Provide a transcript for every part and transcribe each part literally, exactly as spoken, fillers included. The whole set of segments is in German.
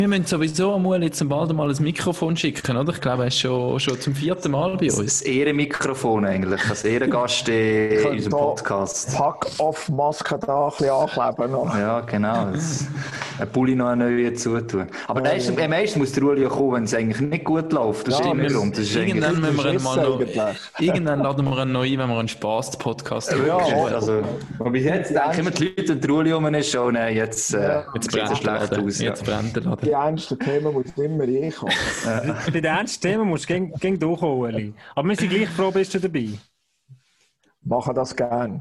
Wir müssen sowieso mal jetzt bald mal ein Mikrofon schicken, oder? Ich glaube, er ist schon, schon zum vierten Mal bei uns. Das Ehrenmikrofon eigentlich, als Ehrengast in unserem Podcast. Pack-off-Maske da ein bisschen ankleben noch. Ja, genau. Ein Pulli noch einen neuen zutun. Aber ja, meistens, ja. meistens muss der Ueli kommen, wenn es eigentlich nicht gut läuft. Das ja, ist immer Grund. Das ist irgendwann, wenn wir mal noch, irgendwann laden wir einen neu ein, wenn wir einen Spaß-Podcast haben. Ja, also, und bis jetzt denken immer die Leute, wenn der Ueli rum ist, oh nein, jetzt, äh, jetzt sieht es schlecht aus. Jetzt brennt der Laden. Die ernsten Themen muss immer reinkommen. Bei den ernsten Themen musst du gegen, gegen durchkommen, Ueli. Aber wir sind gleich froh, bist du dabei. Machen das gerne.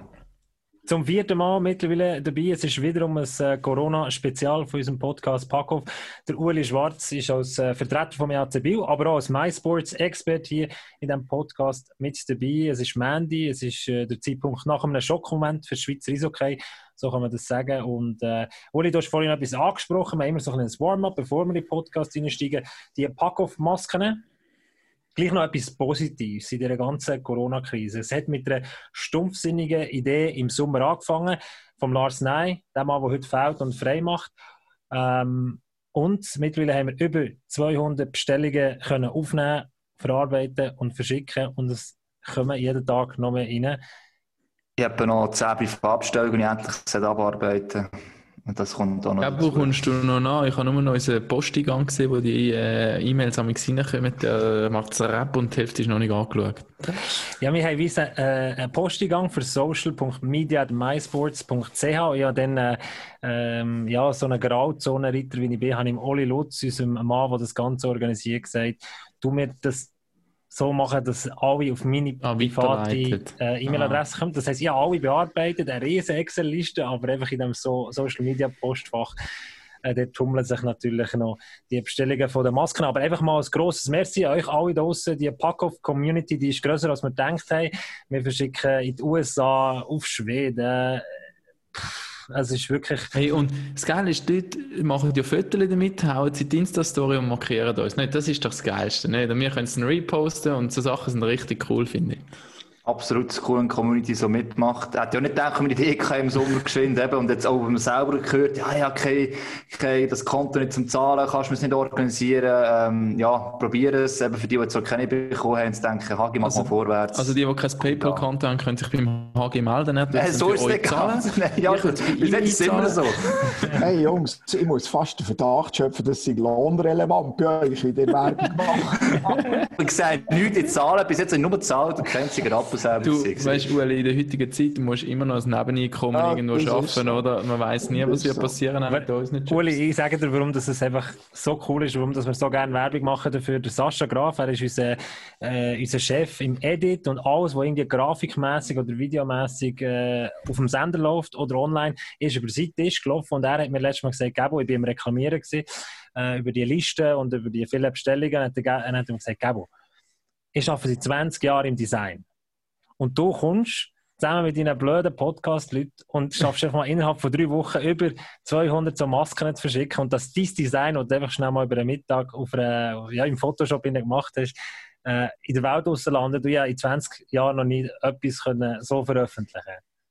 Zum vierten Mal mittlerweile dabei. Es ist wiederum ein äh, Corona-Spezial von unserem Podcast Packoff. Der Ueli Schwarz ist als äh, Vertreter vom E A C Biel, aber auch als MySports-Expert hier in diesem Podcast mit dabei. Es ist Mandy, es ist äh, der Zeitpunkt nach einem Schockmoment für das Schweizer Eishockey. So kann man das sagen. Und äh, Ueli, du hast vorhin etwas angesprochen. Wir haben immer so ein Warm-up, bevor wir in den Podcast einsteigen. Die Packoff-Masken. Gleich noch etwas Positives in dieser ganzen Corona-Krise. Es hat mit einer stumpfsinnigen Idee im Sommer angefangen, vom Lars Ney, dem Mann, der heute fehlt und frei macht. Ähm, und mittlerweile haben wir über zweihundert Bestellungen können aufnehmen, verarbeiten und verschicken. Und es kommen jeden Tag noch mehr rein. Ich habe noch zehn Abstellungen, die ich endlich abarbeiten sollte. Und das kommt auch noch. Ja, wo kommst du noch nach? Ich habe nur noch unseren Posteingang gesehen, wo die äh, E-Mails an mich reinkommen. Der macht es Rap und die Hälfte ist noch nicht angeschaut. Ja, wir haben äh, einen Posteingang für social punkt media at mysports punkt c h. Ja, dann äh, ähm, ja, so eine Grauzone-Ritter, wie ich bin, habe ich im Oli Lutz, unserem Mann, der das Ganze organisiert, gesagt, du mir das so machen, dass alle auf meine ah, private äh, E-Mail-Adresse kommen. Das heisst, ich habe alle bearbeitet, eine riesen Excel-Liste, aber einfach in diesem so Social-Media-Postfach. Äh, dort tummeln sich natürlich noch die Bestellungen von den Masken. Aber einfach mal ein grosses Merci an euch alle da draussen. Die Pack-Off-Community, die ist grösser, als wir gedacht haben. Wir verschicken in die U S A, auf Schweden. Pff. Es ist wirklich... Hey, und das Geile ist, dort machen die Fotos damit, hauen sie die Insta-Story und markieren uns. Nicht? Das ist doch das Geilste. Nicht? Wir können es dann reposten und so Sachen sind richtig cool, finde ich. Absolut cool, wenn die Community so mitmacht. Er hat ja nicht gedacht, wir die Idee im Sommer geschwind eben, und jetzt auch, wenn man selber gehört, ja, ja, okay, okay, das Konto nicht zum Zahlen, kannst du es nicht organisieren, ähm, ja, probieren es, eben für die, die jetzt so keine bekommen haben, zu denken, Hagi, mach also, mal vorwärts. Also die, die kein PayPal-Konto haben, können sich beim H G melden. Nicht? Nein, so ist es nicht ganz. Nein, ja, bis jetzt ist es immer so. Hey Jungs, ich muss fast den Verdacht schöpfen, dass sie lohnrelevant bei euch in der Werbung machen. Ich sage nichts in Zahlen, bis jetzt nur gezahlt und kennt sich gerade selber. Du weißt, Ueli, in der heutigen Zeit, du musst immer noch ein Nebeneinkommen ja, irgendwo schaffen, so. Oder? Man weiss nie, was wird so. passieren mit unseren Jobs. Ueli, ich sage dir, warum das es einfach so cool ist, warum dass wir so gerne Werbung machen dafür. Der Sascha Graf, er ist unser, äh, unser Chef im Edit und alles, was irgendwie grafikmässig oder videomässig äh, auf dem Sender läuft oder online, ist über seinen Tisch gelaufen und er hat mir letztes Mal gesagt, Gabo, ich bin im Reklamieren gewesen, äh, über die Liste und über die vielen Bestellungen, und er hat mir gesagt, Gabo, ich arbeite seit zwanzig Jahren im Design. Und du kommst zusammen mit deinen blöden Podcast-Leuten und schaffst einfach mal innerhalb von drei Wochen über zweihundert so Masken zu verschicken. Und dass dein Design, das du einfach schnell mal über den Mittag auf eine, ja, im Photoshop gemacht hast, äh, in der Welt rauslandet, du ja in zwanzig Jahren noch nie etwas können so veröffentlichen.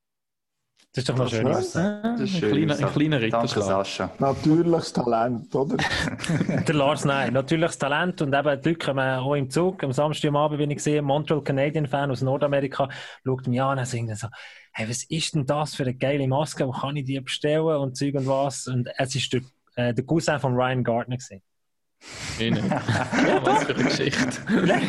Das ist doch noch schön. Das ist ein kleiner, ein kleiner Ritterschlag. Natürliches Talent, oder? Der Lars, nein. Natürliches Talent. Und eben, die Leute kommen auch im Zug. Am Samstagabend bin ich gesehen, Montreal Canadian Fan aus Nordamerika schaut mich an und sagt so, hey, was ist denn das für eine geile Maske? Wo kann ich die bestellen? Und Zeug und was. Und es war der, äh, der Cousin von Ryan Gardner gewesen. Ja, was für eine Geschichte.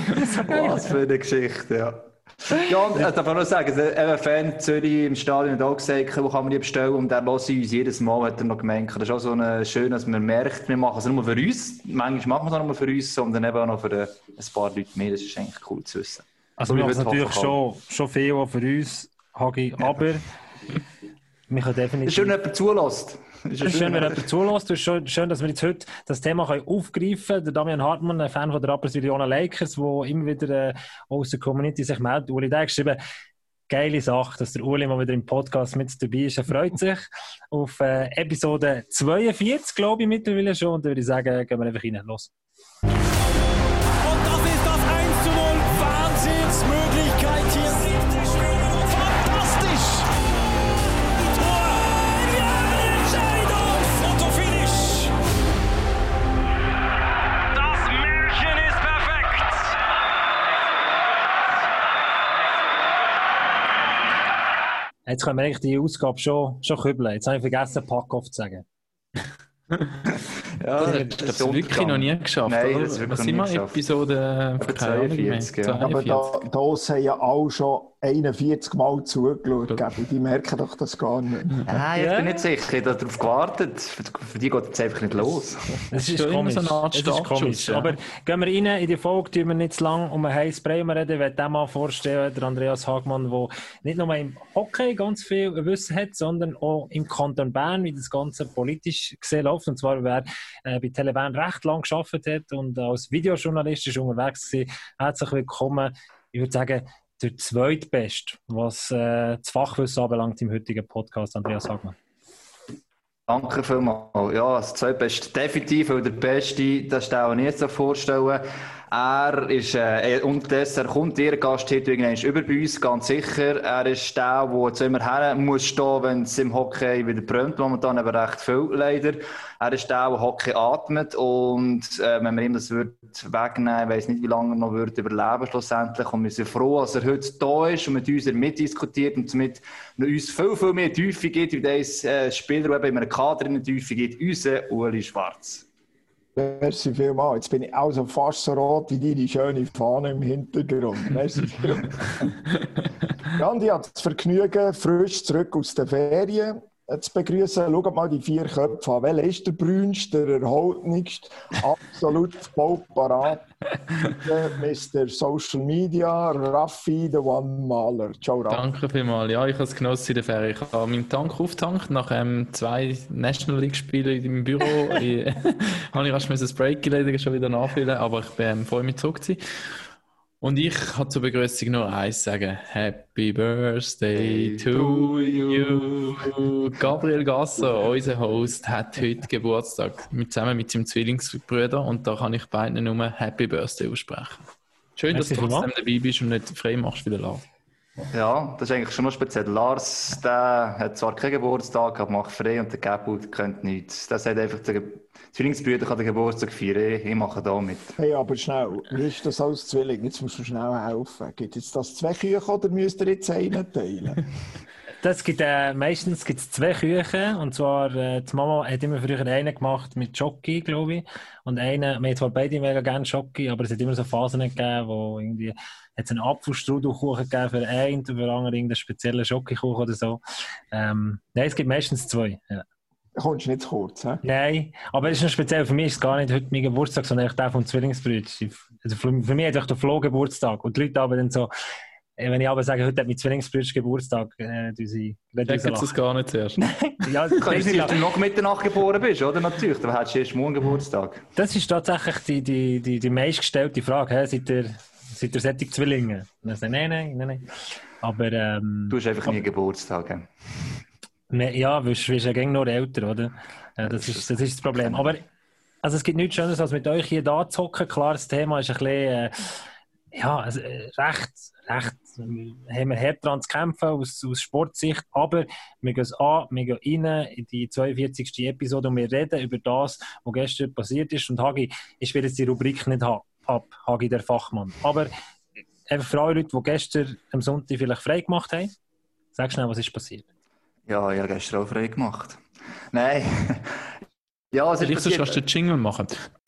Was für eine Geschichte, ja. Ja, und ich darf auch noch sagen, ein Fan Zürich im Stadion hat auch gesagt, wo kann man die bestellen, und der hört uns jedes Mal, hat er noch gemeint. Das ist auch so eine, schön, dass man merkt, wir machen es nur für uns, manchmal machen wir es auch nur für uns, sondern eben auch noch für ein paar Leute mehr, das ist eigentlich cool zu wissen. Also wir machen es natürlich schon, schon viel auch für uns, Hagi, aber ja. wir können definitiv... Es ist schön, wenn jemand zulässt. Es ist schön, wenn jemand zulässt. Es ist schön, schön, dass wir jetzt heute das Thema aufgreifen können. Der Damian Hartmann, ein Fan von der Rapperswil-Jona Lakers, der immer wieder äh, aus der Community sich meldet. Uli, der hat geschrieben, geile Sache, dass der Uli mal wieder im Podcast mit dabei ist. Er freut sich auf äh, Episode zweiundvierzig, glaube ich, mittlerweile schon. Und da würde ich sagen, gehen wir einfach rein. Los. Und das ist das eins zu null. Wahnsinnsmöglichkeit hier. Fantastisch! Jetzt können wir eigentlich die Ausgabe schon, schon kübeln. Jetzt habe ich vergessen, Packoff zu sagen. Ja, das hast du das wirklich noch nie geschafft, Nein, oder? das wirklich Was sind wir? Episode zweiundvierzig, ja. Aber da, da haben ja alle schon einundvierzig Mal zugeschaut. Gell? Die merken doch das gar nicht. Nein, ich bin nicht sicher. Ich habe darauf gewartet. Für, für die geht jetzt einfach nicht los. Das ist komisch. So eine Art das ist komisch. Ja. Aber gehen wir rein in die Folge, tun wir nicht zu lange um einen heißen Brei reden. Ich werde den mal vorstellen, der Andreas Hagmann, der nicht nur im Hockey ganz viel Wissen hat, sondern auch im Kanton Bern, wie das Ganze politisch gesehen läuft. Und zwar, wer äh, bei Telebern recht lange gearbeitet hat und als Videojournalist ist unterwegs war. Herzlich willkommen. Ich würde sagen, der zweitbeste, was äh, das Fachwissen anbelangt im heutigen Podcast, Andreas Hagmann. Danke vielmals. Ja, das zweitbeste definitiv, weil der Beste, das ist auch nicht so vorstellen. Er ist, äh, unterdessen, er kommt, ihr Gast hier irgendwann über bei uns, ganz sicher. Er ist der, der zu immer her muss stehen, wenn es im Hockey wieder brennt, momentan aber recht viel, leider. Er ist der, der Hockey atmet und äh, wenn wir ihm das wird wegnehmen, ich weiss nicht, wie lange er noch wird überleben schlussendlich. Und wir sind froh, dass er heute da ist und mit uns mitdiskutiert und somit uns viel, viel mehr Tiefe gibt, wie das äh, Spieler, der in einem Kader in der Tiefe gibt, unser Uli Schwarz. Merci vielmals. Jetzt bin ich also fast so rot wie deine schöne Fahne im Hintergrund. Merci vielmals. Andi hat das Vergnügen, frisch zurück aus den Ferien zu begrüßen. Schaut mal die vier Köpfe an. Welcher ist der brünste, der erhaltenigste, absolut vollparat? Mister Social Media, Raffi, der One-Maler. Ciao, Raffi. Danke vielmals. Ja, ich habe es genossen in der Ferie. Ich habe meinen Tank aufgetankt nach ähm, zwei National League-Spielen im Büro. ich, habe ich erst das Break gelegt, schon wieder nachfüllen, aber ich bin ähm, voll mit zurück gewesen. Und ich kann zur Begrüßung nur eins sagen. Happy Birthday to you. Gabriel Gasser, unser Host, hat heute Geburtstag mit, zusammen mit seinem Zwillingsbruder und da kann ich beiden nur Happy Birthday aussprechen. Schön, dass du trotzdem dabei bist und nicht frei machst wie der Lars. Ja, das ist eigentlich schon noch speziell. Lars, der hat zwar keinen Geburtstag, aber macht frei und der Gabel könnte nichts. Der sagt einfach, der Zwillingsbrüder kann den Geburtstag feiern, ich mache da mit. Hey, aber schnell, wie ist das als Zwilling? Jetzt musst du schnell helfen. Gibt es das zwei Küchen oder müsst ihr jetzt einen teilen? Das gibt, äh, meistens gibt es zwei Küchen. Und zwar, äh, die Mama hat immer früher einen gemacht mit Schoki, glaube ich. Und einen, wir haben zwar beide mega gerne Schoki, aber es hat immer so Phasen gegeben, wo irgendwie hat es einen Apfelstrudelkuchen gegeben für einen und für den anderen irgendeinen speziellen Schokikuchen oder so. Ähm, nein, es gibt meistens zwei. Ja. Kommst du nicht zu kurz, hä? Nein, aber es ist noch speziell. Für mich ist es gar nicht heute mein Geburtstag, sondern der vom Zwillingsbruder. Also für, für mich ist es der Flo-Geburtstag. Und die Leute aber dann so, wenn ich aber sage, heute hat mein Zwillingsbruder Geburtstag, äh, sie denken das gar nicht zuerst. Ja, das kann sein, dass du noch Mitternacht geboren bist, oder? Natürlich, dann hättest du erst morgen Geburtstag. Das ist tatsächlich die, die, die, die meistgestellte Frage. Hä? Seid ihr, seid ihr solche Zwillinge? Dann sage ich, nein, nein, nein, nein. Aber, ähm, du hast einfach nie Geburtstag. Ne, ja, du bist ja gegen nur älter, oder? Ja, das, ist, das ist das Problem. Aber also es gibt nichts Schöneres, als mit euch hier da zu hocken. Klar, das Thema ist ein bisschen, äh, ja, also, äh, recht, recht, äh, haben wir hart daran zu kämpfen aus, aus Sportsicht, aber wir gehen es an, wir gehen rein in die zweiundvierzigste Episode und wir reden über das, was gestern passiert ist. Und Hagi, ich will jetzt die Rubrik nicht ha- ab, Hagi der Fachmann. Aber einfach für alle Leute, die gestern am Sonntag vielleicht frei gemacht haben, sag schnell, was ist passiert. Ja, ich habe gestern auch frei gemacht. Nein. Ja, es ist Vielleicht kannst du den Jingle machen.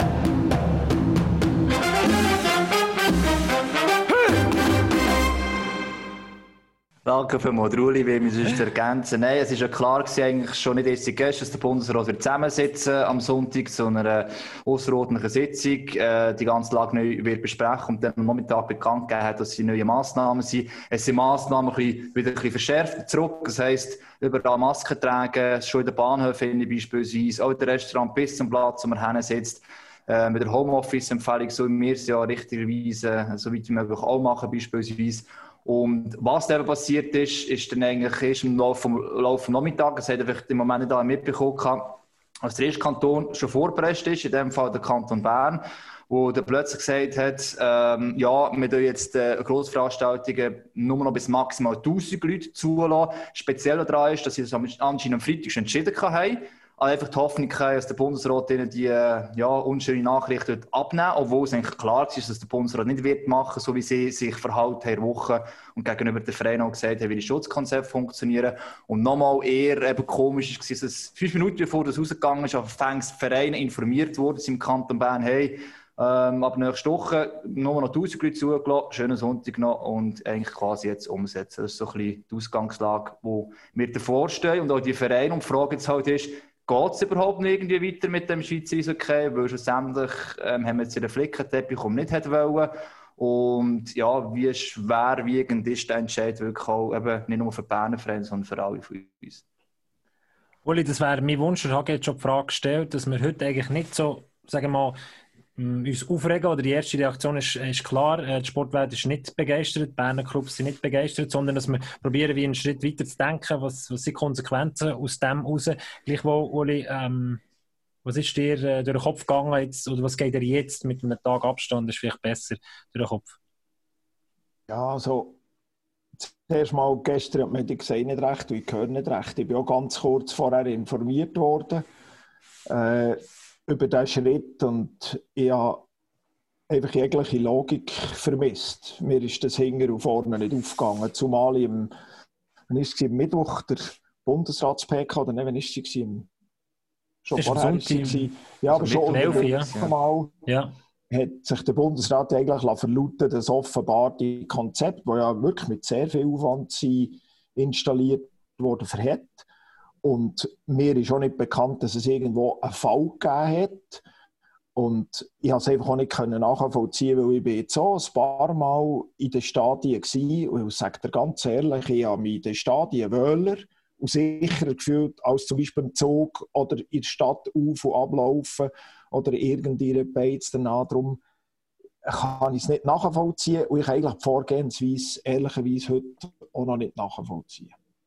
Danke vielmals, Uli, wie wir sonst ergänzen. Nein, es war ja klar gewesen, eigentlich schon nicht erst gestern, dass der Bundesrat wird zusammensitzen am Sonntag zu einer ausserordentlichen Sitzung, äh, die ganze Lage neu wird besprechen und dann am Nachmittag bekannt gegeben hat, dass sie neue Massnahmen sind. Es sind Massnahmen ein bisschen, wieder ein bisschen verschärft zurück. Das heisst, überall Masken tragen, schon in den Bahnhöfen beispielsweise, auch der Restaurant bis zum Platz, wo man hinsitzt. Äh, mit der Homeoffice-Empfehlung sollen wir es ja richtigerweise, so weit wie möglich auch machen beispielsweise. Und was da passiert ist, ist dann eigentlich erst im Laufe vom, Laufe vom Nachmittag, das hat er vielleicht im Moment nicht mitbekommen, als der erste Kanton schon vorgepresst ist, in dem Fall der Kanton Bern, wo der plötzlich gesagt hat, ähm, ja, wir dürfen jetzt äh, Grossveranstaltungen nur noch bis maximal tausend Leute zulassen. Speziell daran ist, dass sie das anscheinend am Freitag schon entschieden haben. einfach die Hoffnung haben, dass der Bundesrat ihnen die ja, unschöne Nachricht abnehmen wird, obwohl es eigentlich klar ist, dass der Bundesrat nicht wird machen, so wie sie sich verhalten haben Wochen und gegenüber den Vereinen auch gesagt haben, wie die Schutzkonzepte funktionieren. Und nochmal eher eben komisch war, dass es fünf Minuten bevor das rausgegangen ist, anfangs die Vereine informiert wurden, dass im Kanton Bern, hey, ähm, ab nächste Woche nur noch tausend Leute zugelassen, schönen Sonntag noch und eigentlich quasi jetzt umsetzen. Das ist so ein bisschen die Ausgangslage, wo wir davor stehen und auch die Vereine. Und die Frage jetzt halt ist, geht es überhaupt nicht irgendwie weiter mit dem Schweizer Eishockey? Weil schlussendlich ähm, haben wir jetzt den Flickenteppich, den wir nicht hätten wollen. Und ja, wie schwerwiegend ist der Entscheid wirklich auch eben nicht nur für die Berner Vereine, sondern für alle von uns? Uli, das wäre mein Wunsch. Ich habe jetzt schon die Frage gestellt, dass wir heute eigentlich nicht so, sagen wir mal, uns aufregen, oder die erste Reaktion ist, ist klar, die Sportwelt ist nicht begeistert, die Berner Clubs sind nicht begeistert, sondern dass wir probieren, wie einen Schritt weiter zu denken, was, was sind Konsequenzen aus dem raus. Gleichwohl, Uli, ähm, was ist dir äh, durch den Kopf gegangen jetzt, oder was geht dir jetzt mit einem Tag Abstand, ist vielleicht besser durch den Kopf? Ja, also zuerst mal, gestern hat man gesagt, nicht recht, und ich höre nicht recht. Ich bin auch ganz kurz vorher informiert worden. Äh, über diesen Schritt und ich habe einfach jegliche Logik vermisst. Mir ist das hinten und vorne nicht aufgegangen. Zumal im, wann war es, am Mittwoch der Bundesrats-P K, oder nicht, wann war es? Im, schon das vorher war es. Ja, aber schon elf, ja. Mal ja. hat sich der Bundesrat eigentlich verlauten, dass offenbar die Konzepte, die ja wirklich mit sehr viel Aufwand sind, installiert wurden, verhält. Und mir ist auch nicht bekannt, dass es irgendwo einen Fall gegeben hat. Und ich konnte es einfach auch nicht nachvollziehen, weil ich bin jetzt auch ein paar Mal in den Stadien war. Und ich sage dir ganz ehrlich, ich habe mich in den Stadien wohler und sicherer gefühlt, als zum Beispiel im Zug oder in der Stadt auf- und ablaufen oder irgendeine Beiz danach. Darum kann ich es nicht nachvollziehen. Und ich kann eigentlich die Vorgehensweise ehrlicherweise heute auch noch nicht nachvollziehen.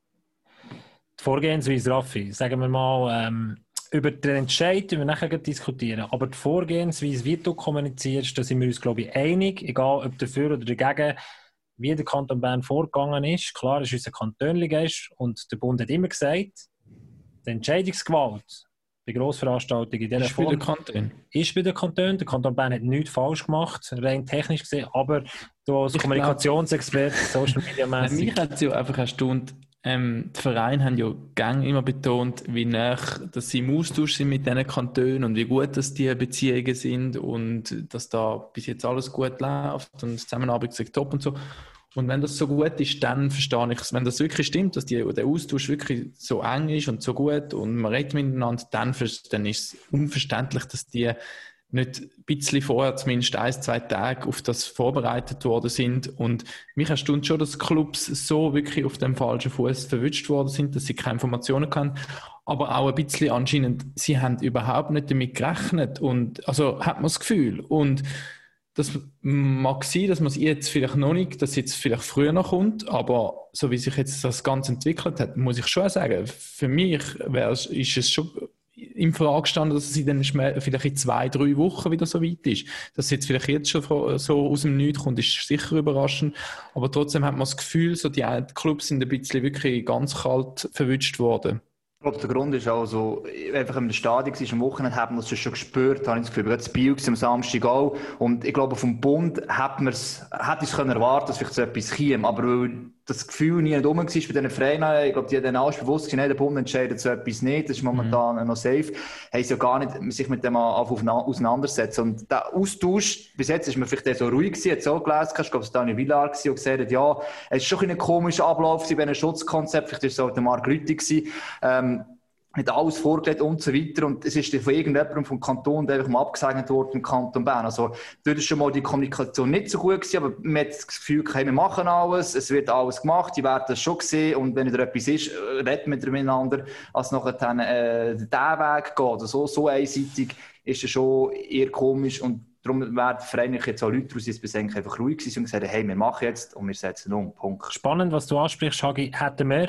Die Vorgehensweise, Raffi, sagen wir mal, ähm, über den Entscheid, den wir nachher diskutieren, aber die Vorgehensweise, wie du kommunizierst, da sind wir uns, glaube ich, einig, egal ob dafür oder dagegen, wie der Kanton Bern vorgegangen ist. Klar, es ist unser Kantönligeist und der Bund hat immer gesagt, die Entscheidungsgewalt bei Grossveranstaltungen in dieser Form ist bei den Kantonen. Ist bei den Kantonen. Der Kanton Bern hat nichts falsch gemacht, rein technisch gesehen, aber du als Kommunikationsexperte, Social Media mäßig. Mich hat es ja einfach erstaunt. Ähm, die Vereine haben ja gerne immer betont, wie nah dass sie im Austausch sind mit diesen Kantonen und wie gut dass die Beziehungen sind und dass da bis jetzt alles gut läuft und die Zusammenarbeit ist top und so. Und wenn das so gut ist, dann verstehe ich es. Wenn das wirklich stimmt, dass die, der Austausch wirklich so eng ist und so gut und man redet miteinander, dann, dann ist es unverständlich, dass die nicht ein bisschen vorher, zumindest ein, zwei Tage auf das vorbereitet worden sind. Und mich erstaunt schon, dass Clubs so wirklich auf dem falschen Fuß verwünscht worden sind, dass sie keine Informationen hatten. Aber auch ein bisschen anscheinend, sie haben überhaupt nicht damit gerechnet. Und, also hat man das Gefühl. Und das mag sein, dass man es jetzt vielleicht noch nicht, dass es jetzt vielleicht früher noch kommt, aber so wie sich jetzt das Ganze entwickelt hat, muss ich schon sagen, für mich wäre es, ist es schon in Frage gestanden, dass es dann vielleicht in zwei, drei Wochen wieder so weit ist. Dass es jetzt vielleicht jetzt schon so aus dem Nichts kommt, ist sicher überraschend. Aber trotzdem hat man das Gefühl, so die Clubs sind ein bisschen wirklich ganz kalt verwünscht worden. Ich glaube, der Grund ist auch so, einfach im Stadion war, am Wochenende hat man es schon gespürt, habe ich das Gefühl, gerade das Biel am Samstag auch. Und ich glaube, vom Bund hat man es, hätte es erwarten, dass vielleicht so etwas käme. Aber weil das Gefühl nie rum war bei diesen Vereinen, ich glaube, die haben dann alles bewusst gesehen, der Bund entscheidet so etwas nicht, das ist momentan mhm. noch safe, haben sie ja gar nicht sich mit dem auseinandersetzen. Und der Austausch, bis jetzt ist man vielleicht so ruhig gewesen, hat so gelesen, ich glaube, es war Daniel Villar gewesen, und gesagt hat, ja, es ist schon ein komischer Ablauf bei einem Schutzkonzept, vielleicht war es auch der Marc Rüthi gewesen, ähm, mit alles vorgelegt und so weiter. Und es ist von irgendjemandem vom Kanton einfach mal abgesegnet worden im Kanton Bern. Also dort ist schon mal die Kommunikation nicht so gut gewesen, aber man hat das Gefühl, hey, wir machen alles, es wird alles gemacht, die werden das schon sehen und wenn wieder etwas ist, reden wir miteinander, als nachher dann äh, den Weg geht. Also so, so einseitig ist es schon eher komisch und darum werden Vereine jetzt auch Leute raus, die bis eigentlich einfach ruhig sind und gesagt, hey, wir machen jetzt und wir setzen um. Punkt. Spannend, was du ansprichst, Hagi. Hätten wir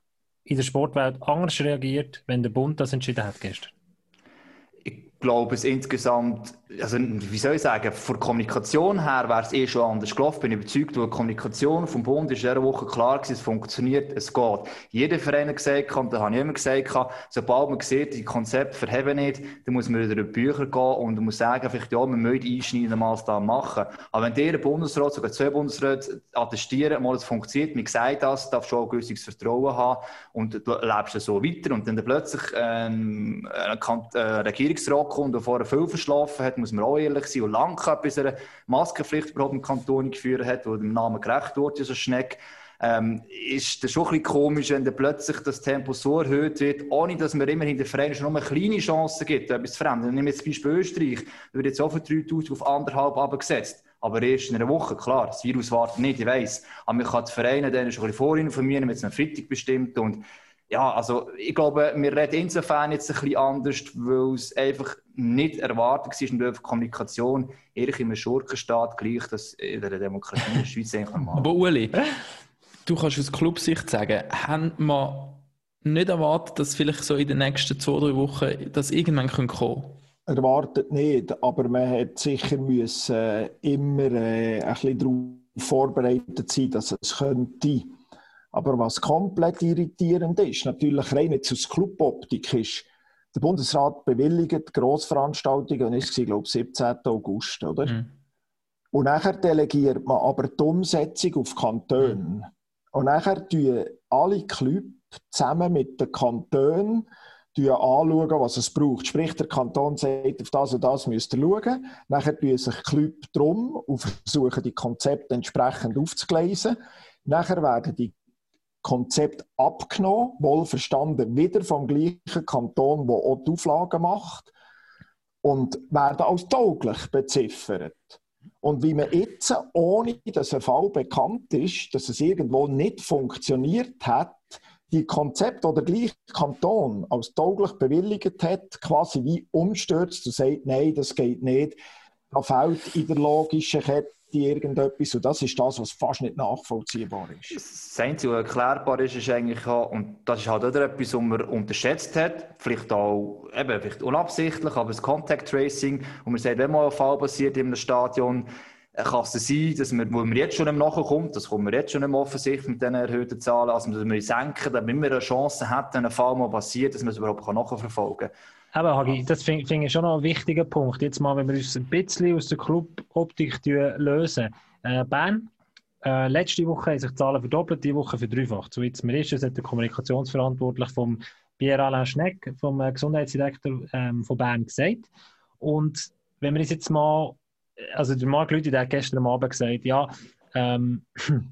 in der Sportwelt anders reagiert, wenn der Bund das entschieden hat gestern? Ich glaube, es insgesamt also, wie soll ich sagen, von der Kommunikation her wäre es eh schon anders gelaufen. Bin überzeugt, weil die Kommunikation vom Bund ist in dieser Woche klar gewesen, es funktioniert, es geht. Jeder Verein hat gesagt, und da habe ich immer gesagt, sobald man sieht, die Konzepte verheben nicht, dann muss man wieder in die Bücher gehen und man muss sagen, vielleicht, ja, man möchte einschneidende Maßnahmen machen. Aber wenn der Bundesrat, sogar zwei Bundesräte attestieren, mal, es funktioniert, man sagt das, darf schon ein gewisses Vertrauen haben und du lebst so weiter. Und dann plötzlich ähm, ein äh, Regierungsrat kommt, der vorher viel verschlafen hat, muss man auch ehrlich sein, und lange bis er eine Maskenpflicht überhaupt im Kanton geführt hat, wo dem Namen gerecht wurde, so Schneck, ähm, ist das schon ein bisschen komisch, wenn dann plötzlich das Tempo so erhöht wird, ohne dass man immerhin den Vereinen schon nur eine kleine Chance gibt, etwas zu verändern. Ich nehme jetzt zum Beispiel Österreich, da wird jetzt auch von dreitausend auf anderthalb runtergesetzt. Aber erst in einer Woche, klar, das Virus wartet nicht, ich weiss. Aber man kann die Vereine dann schon ein bisschen vorinformieren, mit einem Freitag bestimmt. Und ja, also ich glaube, wir reden insofern jetzt ein bisschen anders, weil es einfach nicht erwartet war in der Kommunikation, ehrlich in einem Schurkenstaat gleich, dass in der Demokratie in der Schweiz eigentlich normal. Aber Uli, du kannst aus Clubsicht sagen, haben wir nicht erwartet, dass vielleicht so in den nächsten zwei, drei Wochen das irgendwann kommen könnte? Erwartet nicht, aber man hat sicher müssen, äh, immer äh, ein bisschen darauf vorbereitet sein, dass es könnte. Aber was komplett irritierend ist, natürlich rein jetzt aus Cluboptik, ist, der Bundesrat bewilligt Grossveranstaltungen, und es war, glaube ich, siebzehnten August, oder? Mhm. Und nachher delegiert man aber die Umsetzung auf Kantone. Mhm. Und nachher tun alle Clubs zusammen mit den Kantonen anschauen, was es braucht. Sprich, der Kanton sagt, auf das und das müsst ihr schauen. Nachher tun sich die Clubs drum und versuchen, die Konzepte entsprechend aufzugleisen. Nachher werden die Konzepte abgenommen, wohlverstanden wieder vom gleichen Kanton, der auch die Auflagen macht, und werden als tauglich beziffert. Und wie man jetzt, ohne dass ein Fall bekannt ist, dass es irgendwo nicht funktioniert hat, die Konzepte, die der gleiche Kanton als tauglich bewilligt hat, quasi wie umstürzt und sagt, nein, das geht nicht, da fehlt in der logischen Kette irgendetwas, und das ist das, was fast nicht nachvollziehbar ist. Das Einzige, was erklärbar ist, ist eigentlich auch, und das ist halt auch etwas, was man unterschätzt hat, vielleicht auch eben, vielleicht unabsichtlich, aber das Contact Tracing, und man sagt, wenn mal ein Fall passiert in einem Stadion, kann es sein, dass man, wo man jetzt schon nicht nachkommt, das kommt man jetzt schon nicht mehr offensichtlich mit diesen erhöhten Zahlen, also dass wir senken, damit wir eine Chance hat, wenn ein Fall mal passiert, dass man es überhaupt nachverfolgen kann. Aber Hagi, das finde find ich schon noch ein wichtiger Punkt. Jetzt mal, wenn wir uns ein bisschen aus der Cluboptik lösen. Äh, Bern, äh, letzte Woche haben sich die Zahlen verdoppelt, diese Woche verdreifacht. So jetzt mir ist, das hat der Kommunikationsverantwortliche vom Pierre-Alain Schneck, vom äh, Gesundheitsdirektor ähm, von Bern, gesagt. Und wenn wir uns jetzt mal, also der Marc Lüthi, der hat gestern am Abend gesagt, ja, ähm,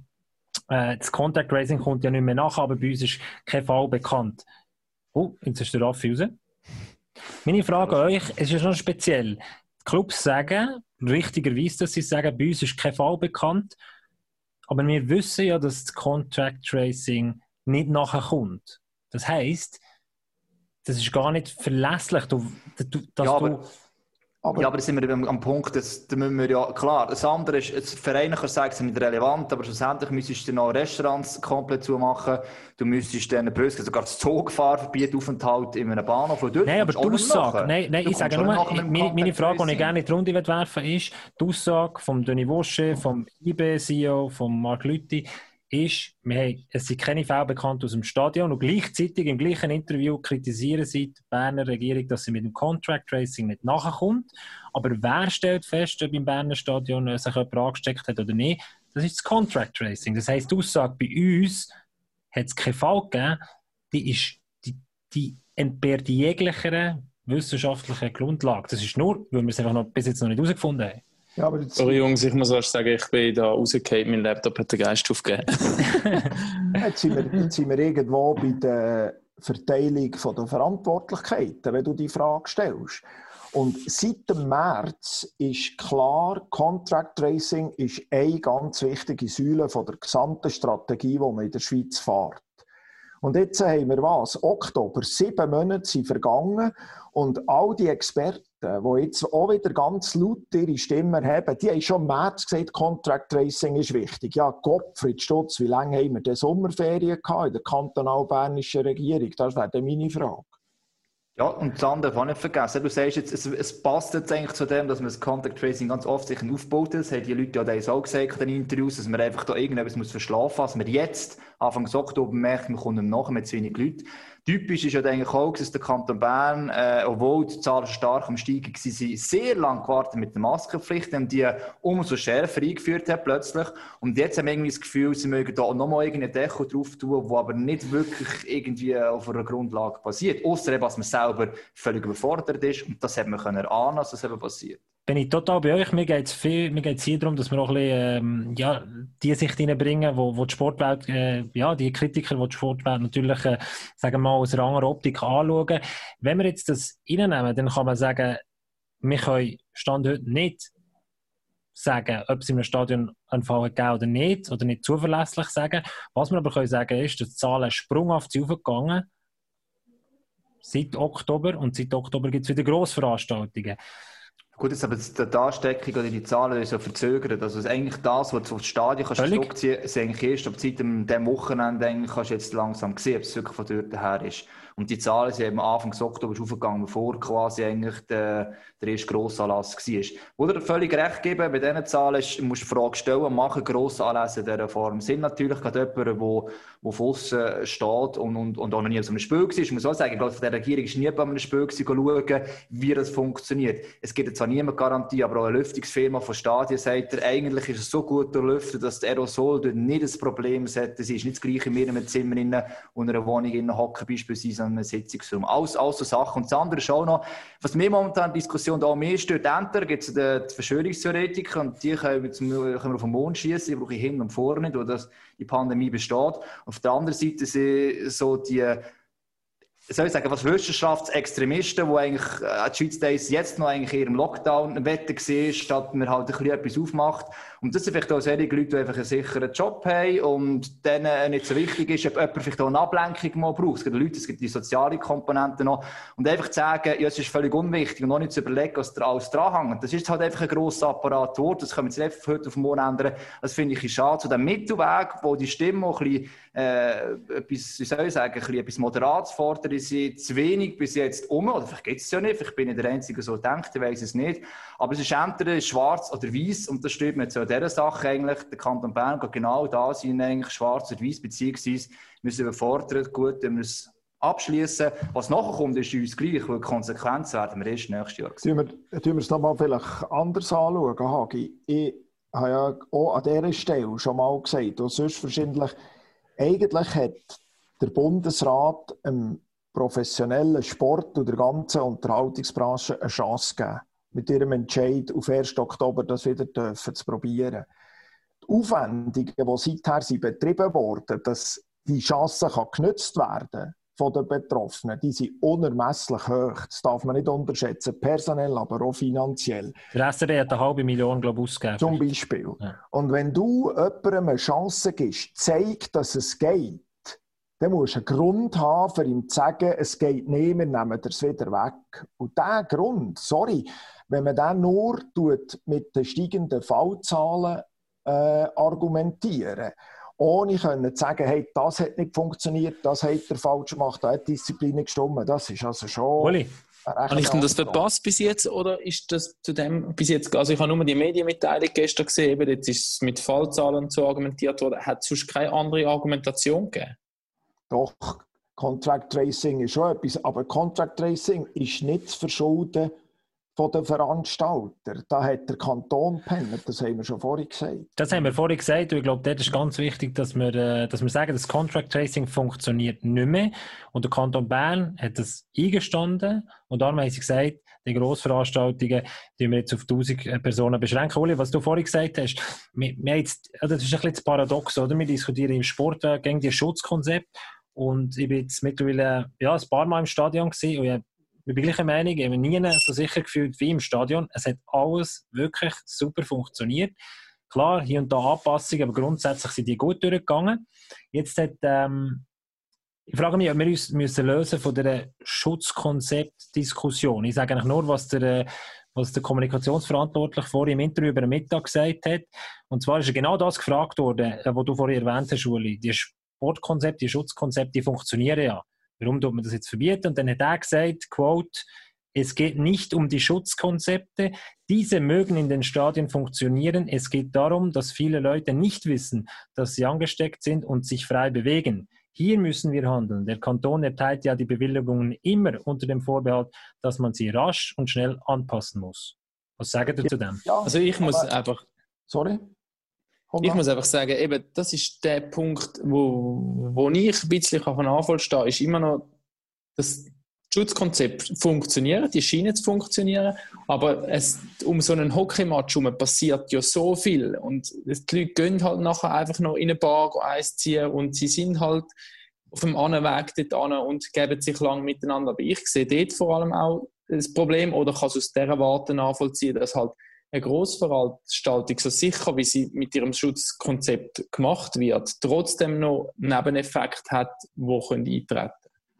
äh, das Contact Tracing kommt ja nicht mehr nach, aber bei uns ist kein Fall bekannt. Oh, jetzt ist der Raffi raus. Meine Frage an euch, es ist ja schon speziell. Die Clubs sagen, richtigerweise, dass sie sagen, bei uns ist kein Fall bekannt, aber wir wissen ja, dass das Contact Tracing nicht nachher kommt. Das heisst, das ist gar nicht verlässlich, du, dass ja, du... Aber Aber ja, aber da sind wir am, am Punkt, dass, da müssen wir ja, klar, das andere ist, das Verein kann sagen, es ist nicht relevant, aber schlussendlich müsstest du noch Restaurants komplett zumachen, du müsstest dann böse, sogar das Zugfahren verbieten, Aufenthalt in einem Bahnhof. Nein, aber die Aussage, nein, nein, ich sage nur, meine, meine Frage, die ich gerne in die Runde werfen will, ist, die Aussage von Denis Vaucher, vom I B-C E O, von Marc Lüthi, ist, wir haben, es sind keine Fälle bekannt aus dem Stadion und gleichzeitig im gleichen Interview kritisieren sie die Berner Regierung, dass sie mit dem Contact Tracing nicht nachkommt. Aber wer stellt fest, ob im Berner Stadion sich jemand angesteckt hat oder nicht? Das ist das Contact Tracing. Das heisst, die Aussage, bei uns hat es keinen Fall gegeben, die, ist, die, die entbehrt jeglicher wissenschaftlicher Grundlage. Das ist nur, weil wir es einfach noch, bis jetzt noch nicht herausgefunden haben. Ja, aber jetzt... Sorry Jungs, ich muss erst sagen, ich bin da rausgefallen, mein Laptop hat den Geist aufgegeben. jetzt, sind wir, jetzt sind wir irgendwo bei der Verteilung der Verantwortlichkeiten, wenn du die Frage stellst. Und seit dem März ist klar, Contract Tracing ist eine ganz wichtige Säule von der gesamten Strategie, die man in der Schweiz fährt. Und jetzt haben wir was? Oktober, sieben Monate sind vergangen und all die Experten, die jetzt auch wieder ganz laut ihre Stimmen haben, die haben schon im März gesagt, Contract Tracing ist wichtig. Ja, Gottfried Stutz, wie lange haben wir denn Sommerferien gehabt in der kantonal-bernischen Regierung? Das wäre dann meine Frage. Ja, und das andere darf auch nicht vergessen. Du sagst jetzt, es, es passt jetzt eigentlich zu dem, dass man das Contact Tracing ganz oft sich aufbaut. Das haben die Leute ja da auch gesagt in den Interviews, dass man einfach da irgendetwas muss verschlafen muss. Was man jetzt, Anfang Oktober, merkt, man kommt nach mit zu wenig Leuten. Typisch ist ja eigentlich auch, dass der Kanton Bern, äh, obwohl die Zahlen stark am Steigen waren, sehr lange gewartet mit der Maskenpflicht, haben die umso schärfer eingeführt hat plötzlich. Und jetzt haben wir irgendwie das Gefühl, sie mögen da nochmal irgendein Deko drauf tun, das aber nicht wirklich irgendwie auf einer Grundlage basiert. Ausser eben, dass man selber völlig überfordert ist. Und das hat man können erahnen, dass das eben passiert. Bin ich total bei euch. Mir geht es hier darum, dass wir auch ein bisschen ähm, ja, die Sicht reinbringen, wo, wo die Sportwelt, äh, ja, die Kritiker, die die Sportwelt natürlich, äh, sagen wir mal, aus einer anderen Optik anschauen. Wenn wir jetzt das reinnehmen, dann kann man sagen, wir können Stand heute nicht sagen, ob es in einem Stadion einen Fall gegeben oder nicht, oder nicht zuverlässig sagen. Was wir aber können sagen ist, dass die Zahlen sprunghaft aufgegangen seit Oktober, und seit Oktober gibt es wieder Grossveranstaltungen. Gut, jetzt aber die Ansteckung oder die Zahlen ist so verzögert. Also eigentlich das, was du aufs Stadion kannst zurückziehen kannst, ist eigentlich erst ab seit dem, dem Wochenende eigentlich kannst du jetzt langsam sehen, ob es wirklich von dort her ist. Und die Zahlen sind eben Anfang Oktober aufgegangen, bevor quasi eigentlich der, der erste Grossanlass war. Wo dir völlig recht geben, bei diesen Zahlen ist, musst du die Frage stellen, machen Grossanlässe in dieser Form Sinn? Natürlich gerade jemand, der wo, wo von aussen steht und, und, und auch noch nie auf einem Spiel war. Ich muss auch sagen, ich glaube, von der Regierung ist nie bei einem Spiel gewesen, schauen, wie das funktioniert. Es gibt zwar niemand Garantie, aber auch eine Lüftungsfirma von Stadien sagt er, eigentlich ist es so gut durchlüftet, dass der Aerosol dort nicht das Problem hat. Es ist nicht das Gleiche in einem Zimmer innen und einer Wohnung innen hocken, beispielsweise an einem Sitzungsraum. Alles, alles so Sachen. Und das andere ist auch noch, was mir momentan in der Diskussion da mehr stört, entweder gibt es die, die Verschwörungstheoretiker und die können wir, zum, können wir auf den Mond schießen, die brauche ich hin und vor nicht, wo das, die Pandemie besteht. Auf der anderen Seite sind so die, soll ich sagen, was Wissenschaftsextremisten, die eigentlich äh, die Schweiz Days jetzt noch eigentlich in ihrem Lockdown-Wetten sehen, statt man halt ein bisschen etwas aufmacht. Und das sind vielleicht auch solche Leute, die einfach einen sicheren Job haben und denen nicht so wichtig ist, ob jemand vielleicht auch eine Ablenkung mal braucht. Es gibt Leute, es gibt die soziale Komponente noch. Und einfach zu sagen, ja, es ist völlig unwichtig und noch nicht zu überlegen, was da alles dranhängt. Das ist halt einfach ein grosser Apparat dort. Das können wir jetzt nicht von heute auf morgen ändern. Das finde ich schade. Zu dem Mittelweg, wo die Stimme auch ein bisschen, äh, etwas, wie soll ich sagen, ein bisschen etwas Moderates fordern, sind zu wenig bis jetzt um. Oder vielleicht gibt es es ja nicht. Vielleicht bin ich der Einzige, der so denkt. Ich weiss es nicht. Aber es ist entweder schwarz oder weiß. Und das stimmt mir zu dieser Sache eigentlich. Der Kanton Bern geht genau da sein, eigentlich schwarz oder weiß, beziehungsweise wir sind überfordert. Gut, wenn wir es abschließen. Was nachher kommt, ist uns gleich, weil die Konsequenzen werden wir erst nächstes Jahr sehen. Tun wir, tun wir es nochmal vielleicht anders anschauen, Hagi. Ich habe ja auch an dieser Stelle schon mal gesagt, und sonst wahrscheinlich, eigentlich hat der Bundesrat einem professionellen Sport und der ganzen Unterhaltungsbranche eine Chance gegeben, mit ihrem Entscheid auf ersten Oktober das wieder dürfen zu probieren. Die Aufwendungen, die seither sind betrieben wurden, dass die Chance kann genutzt werden von den Betroffenen, die sind unermesslich hoch. Das darf man nicht unterschätzen, personell, aber auch finanziell. Der S R D hat eine halbe Million, glaube ich, ausgegeben. Zum Beispiel. Ja. Und wenn du jemandem eine Chance gibst, zeig, dass es geht, dann musst du einen Grund haben, für ihm zu sagen, es geht nicht, wir nehmen das wieder weg. Und dieser Grund, sorry, wenn man den nur tut mit den steigenden Fallzahlen äh, argumentieren, ohne können zu sagen, hey, das hat nicht funktioniert, das hat er falsch gemacht, da hat die Disziplin nicht gestimmt, das ist also schon... Oli, habe ich denn das verpasst bis jetzt, oder ist das zu dem bis jetzt, also ich habe nur die Medienmitteilung gestern gesehen, eben, jetzt ist es mit Fallzahlen so argumentiert worden, hat es sonst keine andere Argumentation gegeben? Doch, Contract Tracing ist schon etwas, aber Contract Tracing ist nicht zu verschulden von den Veranstaltern. Da hat der Kanton gepennt, das haben wir schon vorhin gesagt. Das haben wir vorhin gesagt und ich glaube, dort ist ganz wichtig, dass wir, äh, dass wir sagen, das Contract Tracing funktioniert nicht mehr und der Kanton Bern hat das eingestanden und darum haben sie gesagt, die Grossveranstaltungen, die wir jetzt auf tausend Personen beschränken. Uli, was du vorhin gesagt hast, wir, wir jetzt, das ist ein bisschen das Paradox, oder? Wir diskutieren im Sport äh, gegen das Schutzkonzept und ich bin jetzt mittlerweile ja, ein paar Mal im Stadion gewesen und ich Ich bin gleicher Meinung, ich habe mich nie so sicher gefühlt wie im Stadion. Es hat alles wirklich super funktioniert. Klar, hier und da Anpassungen, aber grundsätzlich sind die gut durchgegangen. Jetzt hat, ähm, ich frage mich, ob wir uns müssen lösen von der Schutzkonzeptdiskussion. Ich sage eigentlich nur, was der, was der Kommunikationsverantwortliche vorhin im Interview über den Mittag gesagt hat. Und zwar ist genau das gefragt worden, was du vorhin erwähnt hast, Uli. Die Sportkonzepte, die Schutzkonzepte, die funktionieren ja. warum tut man das jetzt verbieten? Und dann hat er gesagt, Quote, es geht nicht um die Schutzkonzepte, diese mögen in den Stadien funktionieren, es geht darum, dass viele Leute nicht wissen, dass sie angesteckt sind und sich frei bewegen. Hier müssen wir handeln. Der Kanton erteilt ja die Bewilligungen immer unter dem Vorbehalt, dass man sie rasch und schnell anpassen muss. Was sagt ihr zu dem? Ja, Also ich muss aber, einfach... Sorry? Komm Ich mal. muss einfach sagen, eben, das ist der Punkt, wo, wo ich ein bisschen auf den Anfall stehe, ist immer noch, dass das Schutzkonzept funktioniert, die scheinen zu funktionieren, aber es, um so einen Hockeymatch herum passiert ja so viel und die Leute gehen halt nachher einfach noch in eine Bar Eis ziehen und sie sind halt auf dem anderen Weg dort hin und geben sich lang miteinander. Aber ich sehe dort vor allem auch das Problem, oder kann es aus dieser Warte nachvollziehen, dass halt eine Grossveranstaltung, so sicher wie sie mit ihrem Schutzkonzept gemacht wird, trotzdem noch Nebeneffekte hat, die eintreten können.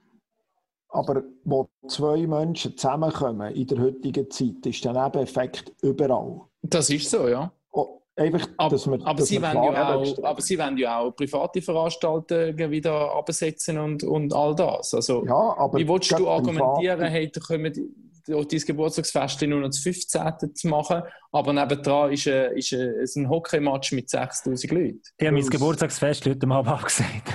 Aber wo zwei Menschen zusammenkommen in der heutigen Zeit, ist der Nebeneffekt überall. Das ist so, ja. Oh, einfach, Aber, dass wir, aber, dass sie wir wollen ja auch, stellen. aber sie wollen ja auch private Veranstaltungen wieder absetzen und, und all das. Also, Ja, aber wie willst du argumentieren, private- hey, da können dein Geburtstagsfest nur noch das fünfzehnten zu machen, aber nebendran ist ein, ist ein, ist ein Hockeymatch mit sechstausend Leuten. Ich habe mein Weil's- Geburtstagsfest heute Abend abgesagt.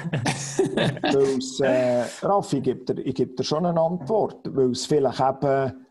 Weil's, äh, Raffi, ich gebe dir, ich gebe dir schon eine Antwort, weil es vielleicht eben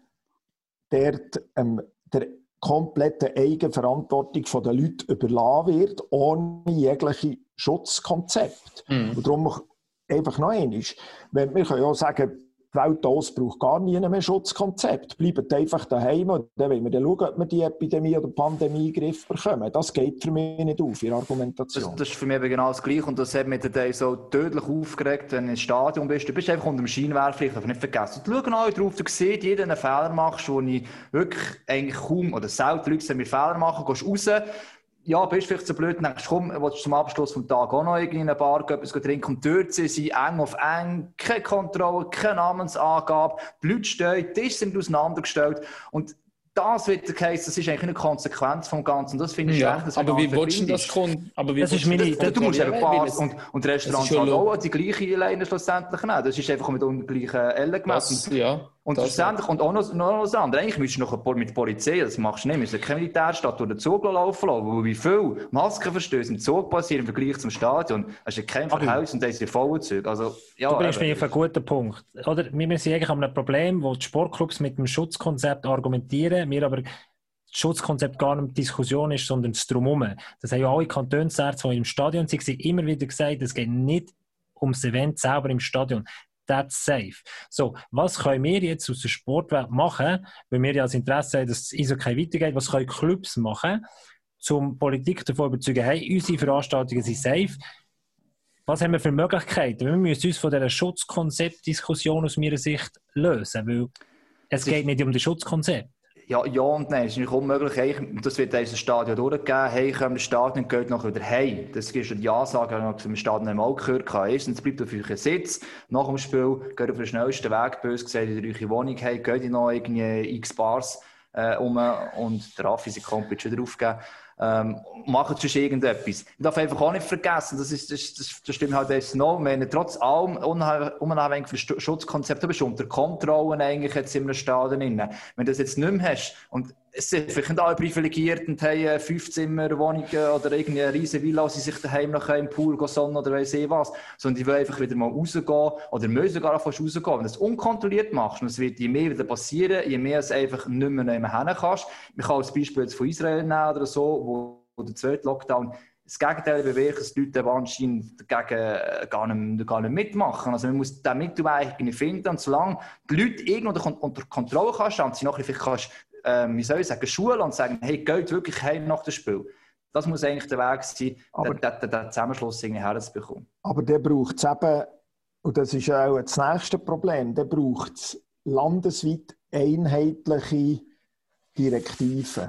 dort ähm, der kompletten Eigenverantwortung der Leute überlassen wird, ohne jegliche Schutzkonzept. Mhm. Und darum einfach noch einmal, wenn, wir können ja auch sagen, die Welt aus braucht gar nie mehr Schutzkonzept. Bleibt einfach daheim und dann wollen wir dann schauen, ob wir die Epidemie oder Pandemie in den Griff bekommen. Das geht für mich nicht auf, Ihre Argumentation. Das, das ist für mich eben genau das Gleiche und das hat mich dann so tödlich aufgeregt, wenn du im Stadion bist. Du bist einfach unter dem Scheinwerfer, ich darf nicht vergessen. Du schaust alle drauf, du siehst jeden Fehler machst, wo ich wirklich eigentlich kaum oder selten Leute sehen mir Fehler machen, gehst raus. Ja, bist vielleicht so blöd, denkst, komm, willst du zum Abschluss des Tages auch noch in eine Bar gehen, etwas trinken und dort sind sie eng auf eng, keine Kontrolle, keine Namensangabe, die Leute stehen, die Tische sind auseinandergestellt und das wird der Case, das ist eigentlich eine Konsequenz vom Ganzen. Das finde ich Ja, schlecht. Dass aber man wie gar willst du das kon- aber wie Das ist willst du meine- das Du musst eben kontrollieren? Bars und, und Restaurants Das ist halt schon auch die gleiche Leine schlussendlich nehmen. Das ist einfach mit den gleichen Ellen gemessen. Das, ja, Und das- schlussendlich, und auch noch, noch was anderes. Eigentlich müsstest du noch mit der Polizei, das machst du nicht, müssen keine Militärstadt durch den Zug laufen lassen. Wo wie viel Maskenverstöße im Zug passieren im Vergleich zum Stadion. Das ist kein Verhaus und da ist die vollen Züge. Also, ja, Du bringst eben. mich auf einen guten Punkt. Oder, wir sind eigentlich an einem Problem, wo die Sportclubs mit dem Schutzkonzept argumentieren, wir aber das Schutzkonzept gar nicht Diskussion ist, sondern das Drumherum. Das haben ja alle Kantonsärzte, die im Stadion sind, immer wieder gesagt, es geht nicht ums Event selber im Stadion. That's safe. So, was können wir jetzt aus der Sportwelt machen, weil wir ja das Interesse haben, dass das Eishockey weitergeht, was können Clubs machen, um Politik davon zu überzeugen, hey, unsere Veranstaltungen sind safe. Was haben wir für Möglichkeiten? Wir müssen uns von dieser Schutzkonzeptdiskussion aus meiner Sicht lösen, weil es geht nicht um das Schutzkonzept. Ja, ja und nein, es ist nicht unmöglich. Hey, das wird dieses Stadion durchgegeben. Hey, kommt das Stadion, geht nachher wieder heim. Das ist die Ansage, die ich im Stadion einmal gehört habe. Erstens bleibt auf euren Sitz. Nach dem Spiel geht auf den schnellsten Weg, bös gesagt, in eure Wohnung. Hey, geht ihr noch irgendwie x Bars äh, um und der Raffi, sein Kumpel, wieder aufgeben. Ähm, machen sonst irgendetwas. Ich darf einfach auch nicht vergessen, das, ist, das, das, das stimmt halt jetzt noch, wenn du trotz allem unabhängig vom Schutzkonzept, du bist unter Kontrolle eigentlich jetzt in einem Stadion drin. Wenn du das jetzt nicht mehr hast und es sind vielleicht nicht alle privilegiert und haben fünf Zimmer Wohnungen oder irgendwie eine riesen Villa, wo sie sich daheim noch im Pool sonnen oder weiss ich was, sondern die wollen einfach wieder mal rausgehen oder müssen gar fast rausgehen. Wenn du das unkontrolliert machst, und es wird je mehr wieder passieren, je mehr es einfach nicht mehr hin kannst. Man kann als Beispiel jetzt von Israel nehmen oder so, wo, wo der zweite Lockdown das Gegenteil bewirkt, dass die Leute anscheinend dagegen gar nicht, gar nicht mitmachen. Also man muss den Mittelweg finden und solange die Leute irgendwo unter Kontrolle kannst und sie nachher vielleicht kannst, ähm, wie soll ich sagen, schulen und sagen, hey, geht wirklich heim nach dem Spiel. Das muss eigentlich der Weg sein, aber, den, den, den Zusammenschluss irgendwie herzubekommen. Aber der braucht es eben, und das ist auch das nächste Problem, der braucht es landesweit einheitliche Direktiven.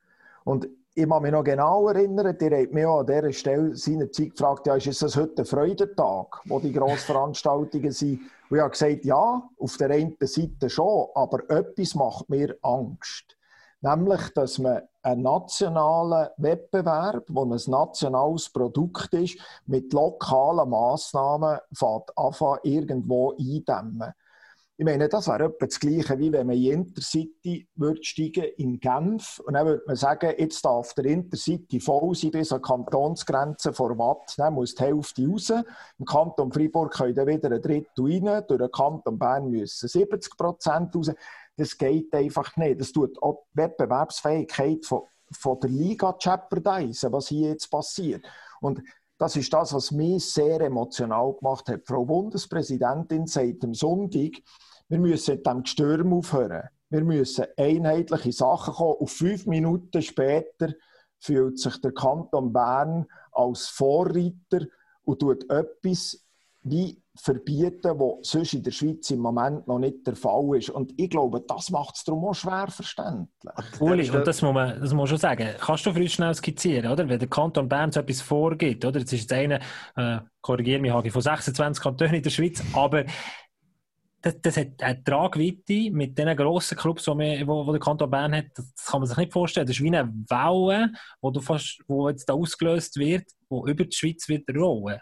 Und ich kann mich noch genau erinnern, ihr habt mich auch an dieser Stelle seinerzeit gefragt, ja, ist das heute ein Freudentag, wo die Grossveranstaltungen sind? Und ich habe gesagt, ja, auf der einen Seite schon, aber etwas macht mir Angst. Nämlich, dass man einen nationalen Wettbewerb, der ein nationales Produkt ist, mit lokalen Massnahmen anfangen, irgendwo eindämmen. Ich meine, das wäre etwa das Gleiche, wie wenn man in Intercity würde steigen in Genf und dann würde man sagen, jetzt darf der Intercity voll sein bis an die Kantonsgrenze vor Watt, dann muss die Hälfte raus. Im Kanton Freiburg können dann wieder ein Drittel rein, durch den Kanton Bern müssen siebzig Prozent raus. Das geht einfach nicht. Das tut auch die Wettbewerbsfähigkeit von, von der Liga jeopardisen, was hier jetzt passiert. Und das ist das, was mich sehr emotional gemacht hat. Frau Bundespräsidentin sagt am Sonntag, wir müssen mit dem Gestürm aufhören. Wir müssen einheitliche Sachen kommen. Und fünf Minuten später fühlt sich der Kanton Bern als Vorreiter und tut etwas wie verbieten, was sonst in der Schweiz im Moment noch nicht der Fall ist. Und ich glaube, das macht es darum auch schwer verständlich. Uli, und das muss man, das muss man schon sagen. Kannst du für uns schnell skizzieren, oder? Wenn der Kanton Bern so etwas vorgibt, oder? Jetzt ist jetzt einer, äh, korrigiere mich, Hagi, von sechsundzwanzig Kantonen in der Schweiz, aber das, das hat eine Tragweite mit den grossen Clubs, die wo, wo der Kanton Bern hat, das kann man sich nicht vorstellen. Das ist wie eine Welle, wo, du fast, wo jetzt da ausgelöst wird, die über die Schweiz wird rollen.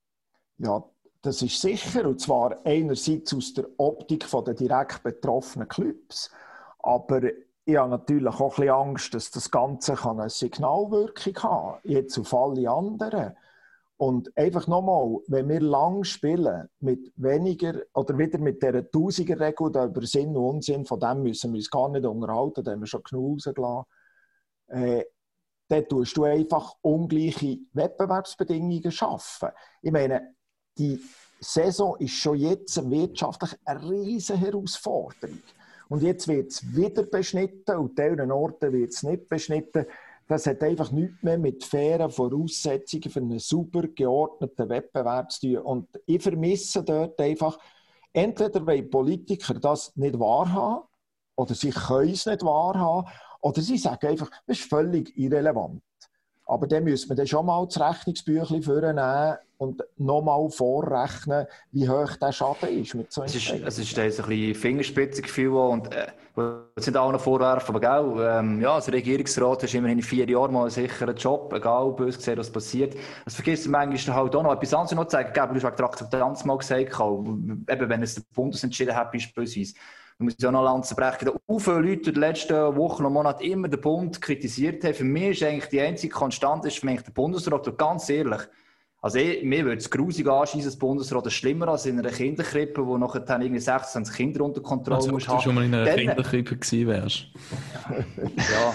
Ja, das ist sicher, und zwar einerseits aus der Optik der direkt betroffenen Clubs, aber ich habe natürlich auch ein bisschen Angst, dass das Ganze eine Signalwirkung haben kann, jetzt auf alle anderen. Und einfach nochmal, wenn wir lang spielen, mit weniger, oder wieder mit dieser Tausiger-Regel, da über Sinn und Unsinn, von dem müssen wir uns gar nicht unterhalten, da haben wir schon genug rausgelassen, äh, dann tust du einfach ungleiche Wettbewerbsbedingungen schaffen. Ich meine, die Saison ist schon jetzt wirtschaftlich eine riesige Herausforderung. Und jetzt wird es wieder beschnitten und an anderen Orten wird es nicht beschnitten. Das hat einfach nichts mehr mit fairen Voraussetzungen für einen sauber geordneten Wettbewerb zu tun. Und ich vermisse dort einfach, entweder wollen Politiker das nicht wahrhaben, oder sie können es nicht wahrhaben, oder sie sagen einfach, das ist völlig irrelevant. Aber dann müssen wir dann schon mal das Rechnungsbüchlein vornehmen und nochmal vorrechnen, wie hoch der Schaden ist. Mit so es, ist es ist ein bisschen Fingerspitzengefühl und äh, das sind auch noch vorwerfen, aber gell, ähm, ja, als Regierungsrat hast du immerhin in vier Jahren mal einen sicheren Job, egal böse gesehen, was passiert. Das vergisst man manchmal halt auch noch. Etwas anderes noch zu sagen, gell, du hast wegen der Akzeptanz mal gesagt, eben wenn es der Bundes entschieden hat, beispielsweise. Ich muss ja noch Lanzen brechen. Da so viele Leute in den letzten Wochen und Monaten immer den Bund kritisiert haben. Für mich ist eigentlich die einzige Konstante ist für mich der Bundesrat. Und ganz ehrlich, also ich, mir würde es grusig anschießen, das Bundesrat ist schlimmer als in einer Kinderkrippe, wo nachher dann irgendwie sechsundzwanzig Kinder unter Kontrolle also, musst haben. Als du schon mal in einer dann, Kinderkrippe gewesen wärst. Ja,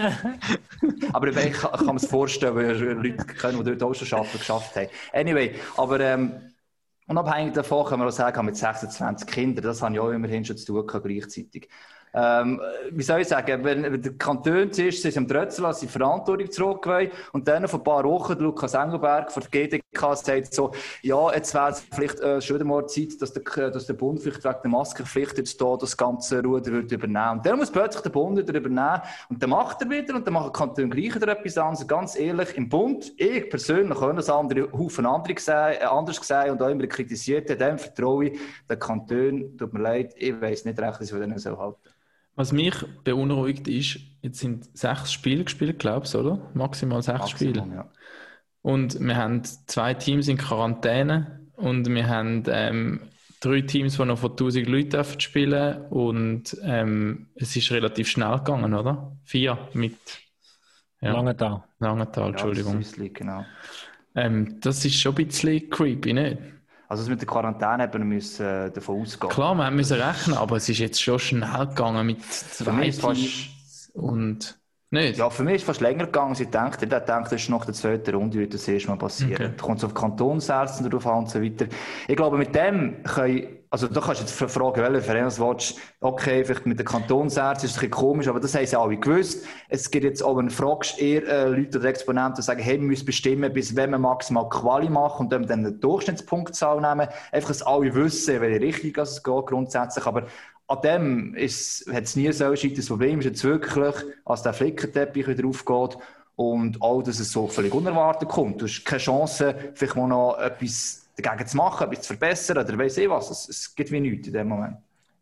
nein. Aber ich kann, kann mir es vorstellen, weil Leute können, die dort auch schon arbeiten, geschafft haben. Anyway, aber ähm, unabhängig davon können wir auch sagen, mit sechsundzwanzig Kindern, das habe ich auch immerhin schon zu tun gehabt, gleichzeitig. Ähm, wie soll ich sagen, wenn, wenn der Kanton ist, sie am Drötzel, als sie Verantwortung zurückgeweihen und dann vor ein paar Wochen der Lukas Engelberg von der G D K sagt so, ja, jetzt wäre es vielleicht äh, schon mal Zeit, dass der, dass der Bund vielleicht wegen der Maskenpflicht jetzt da das ganze Ruder wird übernehmen. Und dann muss plötzlich der Bund wieder übernehmen und dann macht er wieder und dann macht der Kanton gleich wieder etwas anderes. Ganz ehrlich, im Bund, ich persönlich, auch das andere Haufen andere gesehen, äh, anders gesehen und auch immer kritisiert, dem vertraue ich den Kanton, tut mir leid, ich weiss nicht recht, was ich denen so halten. Was mich beunruhigt ist, jetzt sind sechs Spiele gespielt, glaube ich, oder? Maximal sechs Maximum, Spiele. Ja. Und wir haben zwei Teams in Quarantäne und wir haben ähm, drei Teams, die noch von tausend Leuten spielen dürfen. Und ähm, es ist relativ schnell gegangen, oder? Vier mit ja. Langenthal. Langenthal, Entschuldigung. Ja, das, ist genau. ähm, das ist schon ein bisschen creepy, nicht? Also mit der Quarantäne haben wir müssen, äh, davon ausgehen. Klar, wir müssen rechnen, aber es ist jetzt schon schnell gegangen mit zwei Teams und nicht. Ja, für mich ist es fast länger gegangen, als ich dachte. Ich dachte, das ist nach der zweiten Runde, wird das erste Mal passieren. Okay. Da kommt es auf Kantonsärzte drauf an und so weiter. Ich glaube, mit dem können, also da kannst du jetzt fragen, welchen Verein du willst. Okay, vielleicht mit den Kantonsärzten ist es ein bisschen komisch, aber das haben sie alle gewusst. Es gibt jetzt auch, wenn du fragst, eher äh, Leute oder Exponenten, die sagen, hey, wir müssen bestimmen, bis wenn wir maximal Quali machen und dann eine Durchschnittspunktzahl nehmen. Einfach, dass alle wissen, in welche Richtung es geht grundsätzlich. Aber an dem hat es nie so ein das Problem ist jetzt wirklich, als der Flickenteppich wieder aufgeht und auch, dass es so völlig unerwartet kommt. Du hast keine Chance, vielleicht mal noch etwas dagegen zu machen, etwas zu verbessern oder weiss ich was. Es, es gibt wie nichts in dem Moment.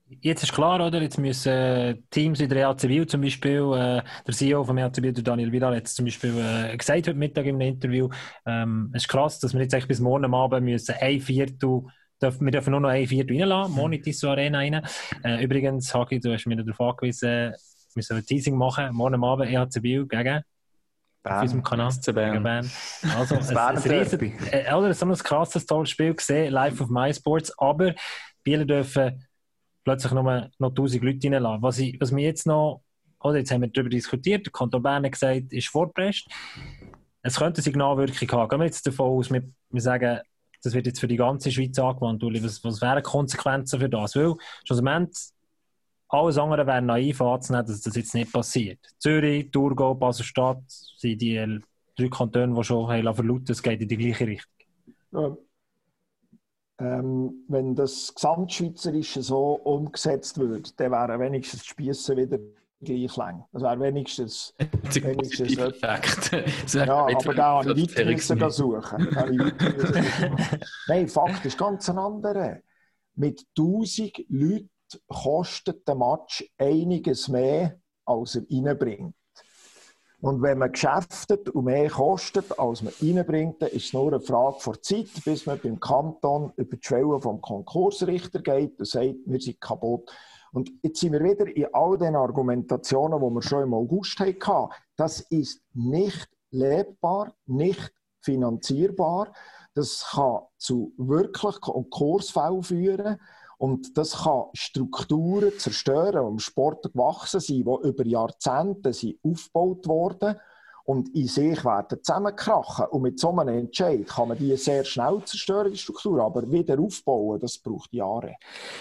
Jetzt ist klar, oder? Jetzt müssen Teams wie der E A C Biel zum Beispiel, äh, der C E O vom E A C Biel, der Daniel Vidal, hat es zum Beispiel äh, gesagt heute Mittag in einem Interview, ähm, es ist krass, dass wir jetzt eigentlich bis morgen am Abend müssen ein Viertel, dürfen, wir dürfen nur noch ein Viertel reinlassen, morgen in die Tissot Arena rein. Äh, übrigens, Hagi, du hast mir darauf angewiesen, wir müssen ein Teasing machen, morgen am Abend E A C Biel gegen auf unserem Kanal. Gegen Bern. Also, es, es riesen, äh, also, es ist ein krasses, tolles Spiel gesehen, live auf MySports, aber Bieler dürfen plötzlich nur noch tausend Leute reinlassen. Was, ich, was wir jetzt noch, oder jetzt haben wir darüber diskutiert, der Kanton Bern hat gesagt, ist vorgepresst. Es könnte eine Signalwirkung haben. Gehen wir jetzt davon aus, wir, wir sagen, das wird jetzt für die ganze Schweiz angewandt. Was, was wären Konsequenzen für das? Weil, schlussendlich, alles andere wäre naiv anzunehmen, dass das jetzt nicht passiert. Zürich, Thurgau, Basel-Stadt sind die drei Kantone, die schon haben verlauten, es geht in die gleiche Richtung. Ja. Ähm, wenn das Gesamtschweizerische so umgesetzt würde, dann wären wenigstens die Spiesse wieder gleich lang. Das wäre wenigstens... wenigstens Effekt. Ja, aber da habe ich weiter müssen suchen. Nein, Fakt ist ganz ein anderer. Mit tausend Leuten kostet der Match einiges mehr, als er reinbringt. Und wenn man geschäftet und mehr kostet, als man reinbringt, dann ist es nur eine Frage der Zeit, bis man beim Kanton über die Schwelle vom Konkursrichter geht und sagt, wir sind kaputt. Und jetzt sind wir wieder in all den Argumentationen, die wir schon im August hatten. Das ist nicht lebbar, nicht finanzierbar. Das kann zu wirklich Konkursfällen führen. Und das kann Strukturen zerstören, die im Sport gewachsen sind, die über Jahrzehnte sind aufgebaut wurden und in sich werden zusammenkrachen. Und mit so einem Entscheid kann man die sehr schnell zerstören, die Struktur, aber wieder aufbauen, das braucht Jahre.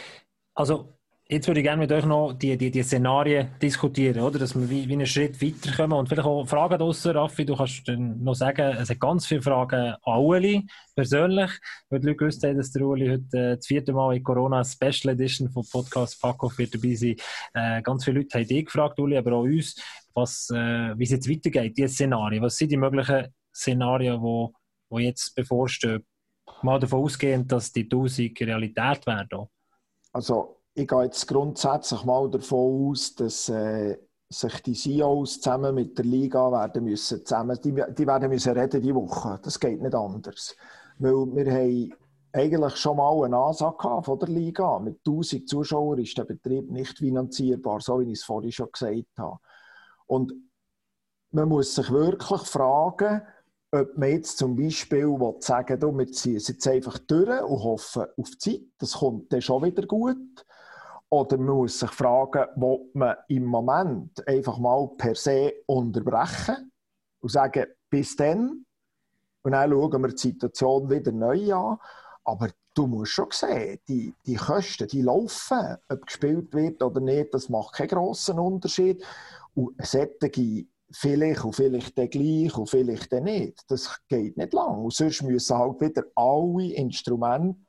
Also, jetzt würde ich gerne mit euch noch die, die, die Szenarien diskutieren, oder? Dass wir wie, wie einen Schritt weiterkommen und vielleicht auch Fragen draussen, Raffi, du kannst dann noch sagen, es hat ganz viele Fragen an Uli persönlich, weil die Leute gewusst haben, dass der Uli heute äh, das vierte Mal in Corona Special Edition vom Podcast Packoff wird dabei sein. Äh, ganz viele Leute haben dich gefragt, Uli, aber auch uns, was, äh, wie es jetzt weitergeht, diese Szenarien. Was sind die möglichen Szenarien, die wo, wo jetzt bevorstehen? Mal davon ausgehend, dass die tausend Realität werden. Also, ich gehe jetzt grundsätzlich mal davon aus, dass äh, sich die C E Os zusammen mit der Liga werden müssen, zusammen, die, die werden müssen reden diese Woche. Das geht nicht anders. Weil wir haben eigentlich schon mal eine Ansage von der Liga. Mit tausend Zuschauern ist der Betrieb nicht finanzierbar, so wie ich es vorhin schon gesagt habe. Und man muss sich wirklich fragen, ob man jetzt zum Beispiel sagen will, wir ziehen es jetzt einfach durch und hoffen auf die Zeit. Das kommt dann schon wieder gut. Oder man muss sich fragen, ob man im Moment einfach mal per se unterbrechen und sagen, bis dann. Und dann schauen wir die Situation wieder neu an. Aber du musst schon sehen, die, die Kosten, die laufen. Ob gespielt wird oder nicht, das macht keinen grossen Unterschied. Und solche vielleicht und vielleicht dann gleich und vielleicht dann nicht, das geht nicht lang. Und sonst müssen halt wieder alle Instrumente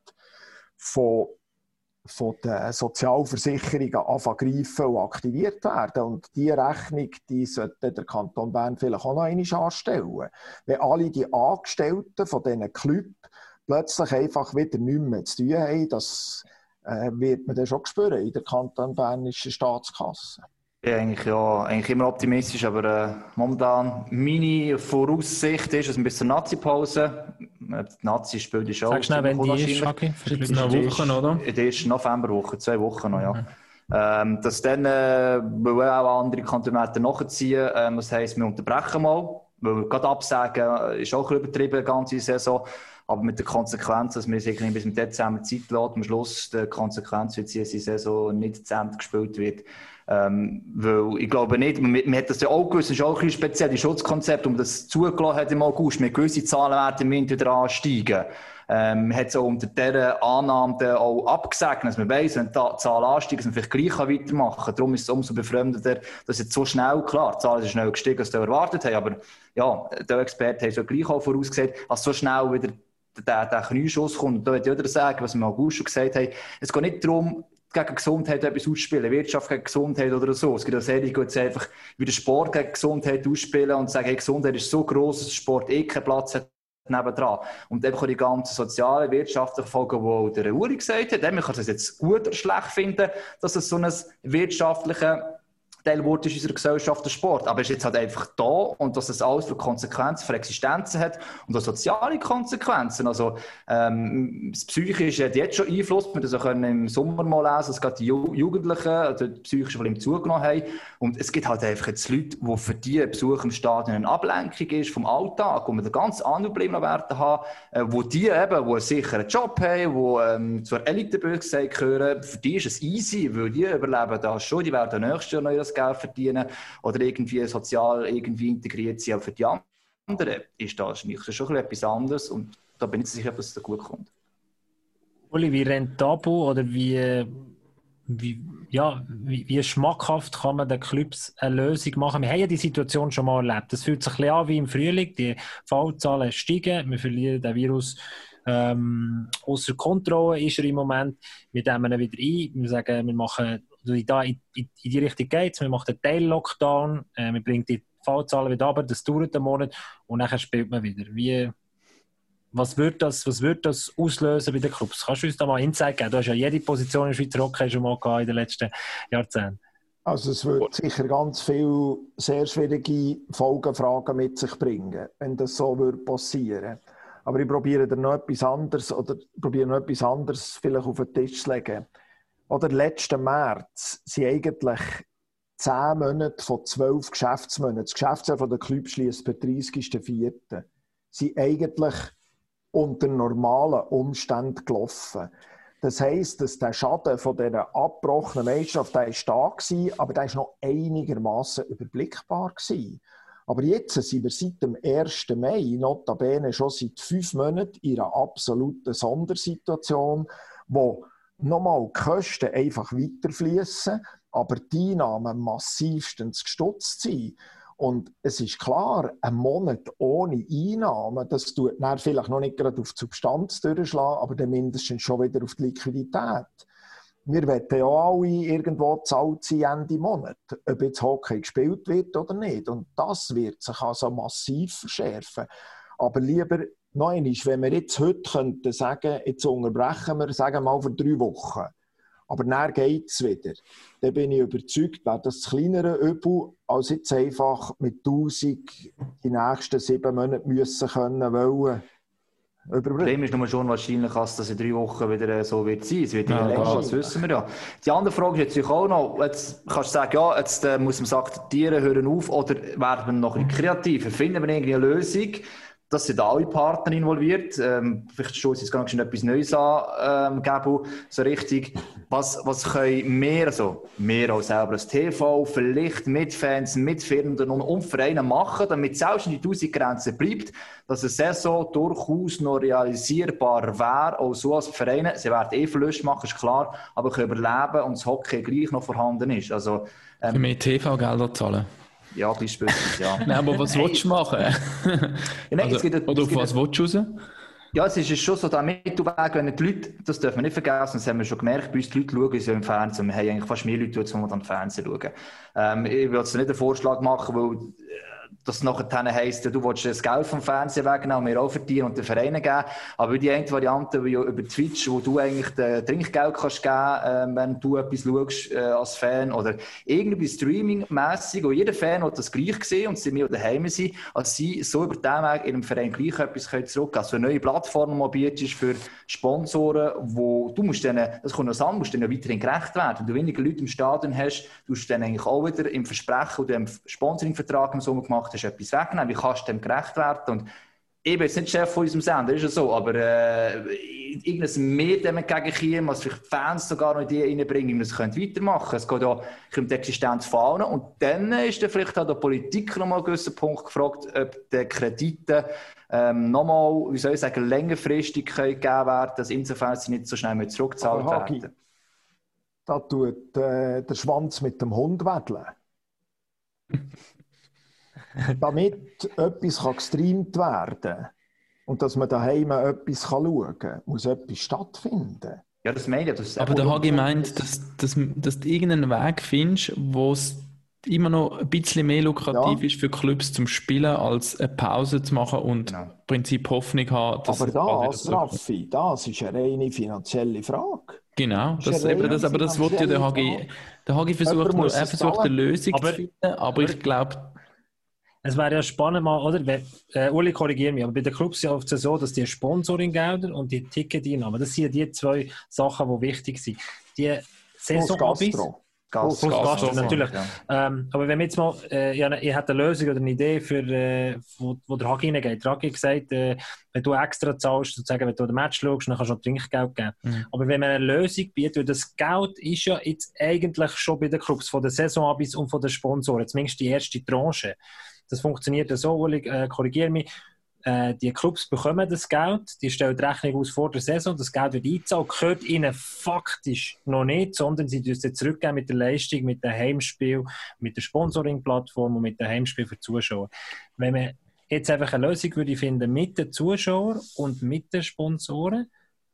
von von den Sozialversicherungen anfangen greifen und aktiviert werden. Und diese Rechnung, die sollte der Kanton Bern vielleicht auch noch einmal anstellen. Wenn alle die Angestellten von diesen Clubs plötzlich einfach wieder nichts mehr zu tun haben, das äh, wird man dann schon spüren in der kantonbernischen Staatskasse. Ja, eigentlich, ja, eigentlich immer optimistisch, aber äh, momentan meine Voraussicht ist, dass wir bis zur Nazi-Pause, äh, die Nazi-Spiel ist auch... Sag schnell, wenn die ist, Schaki? Jetzt noch Wochen, oder? In der ersten Novemberwoche, zwei Wochen noch, ja. Mhm. Ähm, dass dann, äh, weil auch andere Kantone nachziehen, ähm, das heisst, wir unterbrechen mal, weil wir gerade absagen, ist auch ein bisschen übertrieben, die ganze Saison. Aber mit der Konsequenz, dass wir sich bis im Dezember Zeit lassen, am Schluss die Konsequenz wird sein, dass die Saison nicht zu Ende gespielt wird. Ähm, weil ich glaube nicht, man, man hat das ja auch gewusst, das ist auch ein bisschen speziell, die Schutzkonzept, um das zugelassen hat im August, mit gewisse Zahlen werden im Winter wieder ansteigen. Ähm, man hat es auch unter dieser Annahme auch abgesegnet, dass man weiss, wenn die Zahlen ansteigen, dass man vielleicht gleich weitermachen kann. Darum ist es umso befremdender, dass jetzt so schnell, klar, die Zahlen sind schnell gestiegen, als wir erwartet haben, aber ja, die Experten haben es ja gleich auch vorausgesagt, dass so schnell wieder der, der Knieschuss kommt. Und da würde ich wieder sagen, was wir im August schon gesagt haben, es geht nicht darum, gegen Gesundheit etwas ausspielen, Wirtschaft gegen Gesundheit oder so. Es gibt auch sehr, die jetzt einfach wie den Sport gegen Gesundheit ausspielen und sagen, hey, Gesundheit ist so gross, dass der Sport eh keinen Platz hat nebendran. Und eben die ganzen sozialen, wirtschaftlichen Folgen, die der Uri gesagt hat, man kann es jetzt gut oder schlecht finden, dass es so ein wirtschaftliches Teilwort ist unserer Gesellschaft der Sport. Aber es ist jetzt halt einfach da und dass das alles für Konsequenzen, für Existenzen hat und auch soziale Konsequenzen. Also, ähm, das Psychische hat jetzt schon Einfluss. Wir das auch im Sommer mal lesen, dass gerade die Ju- Jugendlichen, also die psychisch vor allem zugenommen haben. Und es gibt halt einfach jetzt Leute, die für die Besuch im Stadion eine Ablenkung ist vom Alltag, wo wir da ganz andere Probleme werden haben, äh, wo die eben, die einen sicheren Job haben, die ähm, zur Elitebürger gehören, für die ist es easy, weil die überleben das schon, die werden nächstes Jahr noch das Geld verdienen oder irgendwie sozial irgendwie integriert sein. Aber für die anderen ist das schon etwas anderes und da bin ich sicher, dass es da gut kommt. Uli, wie rentabel oder wie, wie, ja, wie, wie schmackhaft kann man den Clubs eine Lösung machen? Wir haben ja die Situation schon mal erlebt. Das fühlt sich ein bisschen an wie im Frühling. Die Fallzahlen steigen, wir verlieren den Virus ähm, außer Kontrolle ist er im Moment. Wir dämmen ihn wieder ein. Wir sagen, wir machen da in, in, in die Richtung geht's. Wir machen einen Teil-Lockdown. Äh, wir bringen die Fallzahlen wieder runter. Das dauert einen Monat und dann spielt man wieder. Wie, was wird das, was wird das auslösen bei den Clubs? Kannst du uns da mal Insight geben? Du hast ja jede Position im Schweizer Hockey schon mal gehabt in den letzten Jahrzehnten. Also es wird sicher ganz viele sehr schwierige Folgenfragen mit sich bringen, wenn das so würde passieren. Aber ich probiere da noch etwas anderes oder probiere noch etwas anderes vielleicht auf den Tisch zu legen. Oder letzten März sind eigentlich zehn Monate von zwölf Geschäftsmonaten, das Geschäftsjahr der Club schließt per dreißigsten vierten sind eigentlich unter normalen Umständen gelaufen. Das heisst, dass der Schaden von dieser abgebrochenen Meisterschaft, der war da gewesen, aber der war noch einigermaßen überblickbar gewesen. Aber jetzt sind wir seit dem ersten Mai, notabene schon seit fünf Monaten, in einer absoluten Sondersituation, wo nochmal die Kosten einfach weiterfließen, aber die Einnahmen massivstens gestutzt sind. Und es ist klar, ein Monat ohne Einnahmen, das tut dann vielleicht noch nicht gerade auf die Substanz durchschlagen, aber dann mindestens schon wieder auf die Liquidität. Wir wollen ja alle irgendwo zahlt sein Ende Monat, ob jetzt Hockey gespielt wird oder nicht. Und das wird sich also massiv verschärfen. Aber lieber noch einmal, wenn wir jetzt heute könnten sagen, jetzt unterbrechen wir, sagen wir mal für drei Wochen, aber dann geht es wieder, dann bin ich überzeugt, wäre das kleinere Übel, als jetzt einfach mit tausend die nächsten sieben Monate müssen können wollen. Das Problem ist nur schon wahrscheinlich, dass das in drei Wochen wieder so wird sein. Es wird ja länger, das wissen wir ja. Die andere Frage ist natürlich auch noch, jetzt kannst du sagen, ja, jetzt äh, muss man sagen, die Tiere hören auf oder werden wir noch ein bisschen kreativer? Finden wir irgendwie eine Lösung? Das sind alle Partner involviert. Ähm, vielleicht stoßen jetzt gar nicht etwas Neues an, ähm, Gabu, so richtig. Was, was können wir, also wir auch selber als T V, vielleicht mit Fans, mit Firmen und Vereinen machen, damit selbst in die tausend-Grenze bleibt, dass eine Saison durchaus noch realisierbar wäre, auch so als Vereine. Sie werden eh Verluste machen, ist klar, aber können überleben und das Hockey gleich noch vorhanden ist. Also, ähm, für mehr T V-Gelder zahlen. Ja, beispielsweise, ja. Nein, aber was willst du machen? Ja, nein, also, es gibt, oder es auf was willst du raus? Ja, es ist schon so der Mittelweg, wenn die Leute, das dürfen wir nicht vergessen, das haben wir schon gemerkt, bei uns die Leute schauen uns ja im Fernsehen. Wir haben eigentlich fast mehr Leute, die dann im Fernsehen schauen. Ähm, ich will jetzt nicht einen Vorschlag machen, weil das nachher heisst, du willst das Geld vom Fernsehen wegnehmen und wir auch verdienen und den Vereinen geben. Aber die eine Variante, wie über Twitch, wo du eigentlich Trinkgeld kannst geben, äh, wenn du etwas schaust äh, als Fan oder irgendwie Streaming-mässig, wo jeder Fan will das gleich sehen und sie mehr daheim sind, als sie so über den Weg in einem Verein gleich etwas zurückgeben. Also eine neue Plattform, die bietest für Sponsoren, wo du musst denen, das kommt noch an, musst denen weiterhin gerecht werden. Wenn du weniger Leute im Stadion hast, tust du dann eigentlich auch wieder im Versprechen oder im Sponsoring-Vertrag im Sommer gemacht hast, etwas wegnehmen. Wie kannst du dem gerecht werden? Und ich bin jetzt nicht Chef von unserem Sender, ist ja so, aber äh, irgendein mehr dem entgegenkommen, was vielleicht Fans sogar noch Ideen reinbringen, das könnt weitermachen. Es geht ja um die Existenz von allen. Und dann ist dann vielleicht auch der Politik noch mal einen gewissen Punkt gefragt, ob die Kredite ähm, nochmal, wie soll ich sagen, längerfristig gegeben werden, dass insofern sie nicht so schnell mehr zurückgezahlt aber, Hagi, werden. Da tut äh, der Schwanz mit dem Hund wedeln. Damit etwas gestreamt werden kann und dass man daheim etwas schauen kann, muss etwas stattfinden. Ja, das meine ich. Das aber der Hagi meint, dass, dass, dass du irgendeinen Weg findest, wo es immer noch ein bisschen mehr lukrativ Ja. ist für Clubs zum Spielen, als eine Pause zu machen und Genau. im Prinzip Hoffnung haben, dass Aber es bald wieder das, zurückkommt. Raffi, das ist eine reine finanzielle Frage. Genau, Das ist das, eine eben, das, reine aber das will ja der finanzielle Hagi. Frage. Der Hagi versucht, Jemand nur, muss er es versucht eine zahlen. Lösung Aber- zu finden, aber, aber- ich glaube, Es wäre ja spannend mal, oder? Wenn, äh, Uli, korrigiere mich, aber bei den Clubs ist ja oft so, dass die Sponsoringgelder und die Ticketeinnahmen, das sind ja die zwei Sachen, die wichtig sind. Die Plus Saisonabis, Gastro. Gas, Plus Gastro, Gas- natürlich. Ja. Ähm, aber wenn wir jetzt mal, äh, ja, ich hätte eine Lösung oder eine Idee, für, äh, wo, wo der Hagi reingeht. Der Hagi hat gesagt, äh, wenn du extra zahlst, sozusagen, wenn du den Match schaust, dann kannst du noch Trinkgeld geben. Mhm. Aber wenn man eine Lösung bietet, weil das Geld ist ja jetzt eigentlich schon bei den Clubs, von den Saisonabis und von den Sponsoren, zumindest die erste Tranche. Das funktioniert ja so, Uli, äh, korrigiere mich. Äh, die Clubs bekommen das Geld, die stellen die Rechnung aus vor der Saison, das Geld wird eingezahlt, gehört ihnen faktisch noch nicht, sondern sie müssen es zurückgeben mit der Leistung, mit dem Heimspiel, mit der Sponsoring-Plattform und mit dem Heimspiel für die Zuschauer. Wenn man jetzt einfach eine Lösung würde finden mit den Zuschauern und mit den Sponsoren,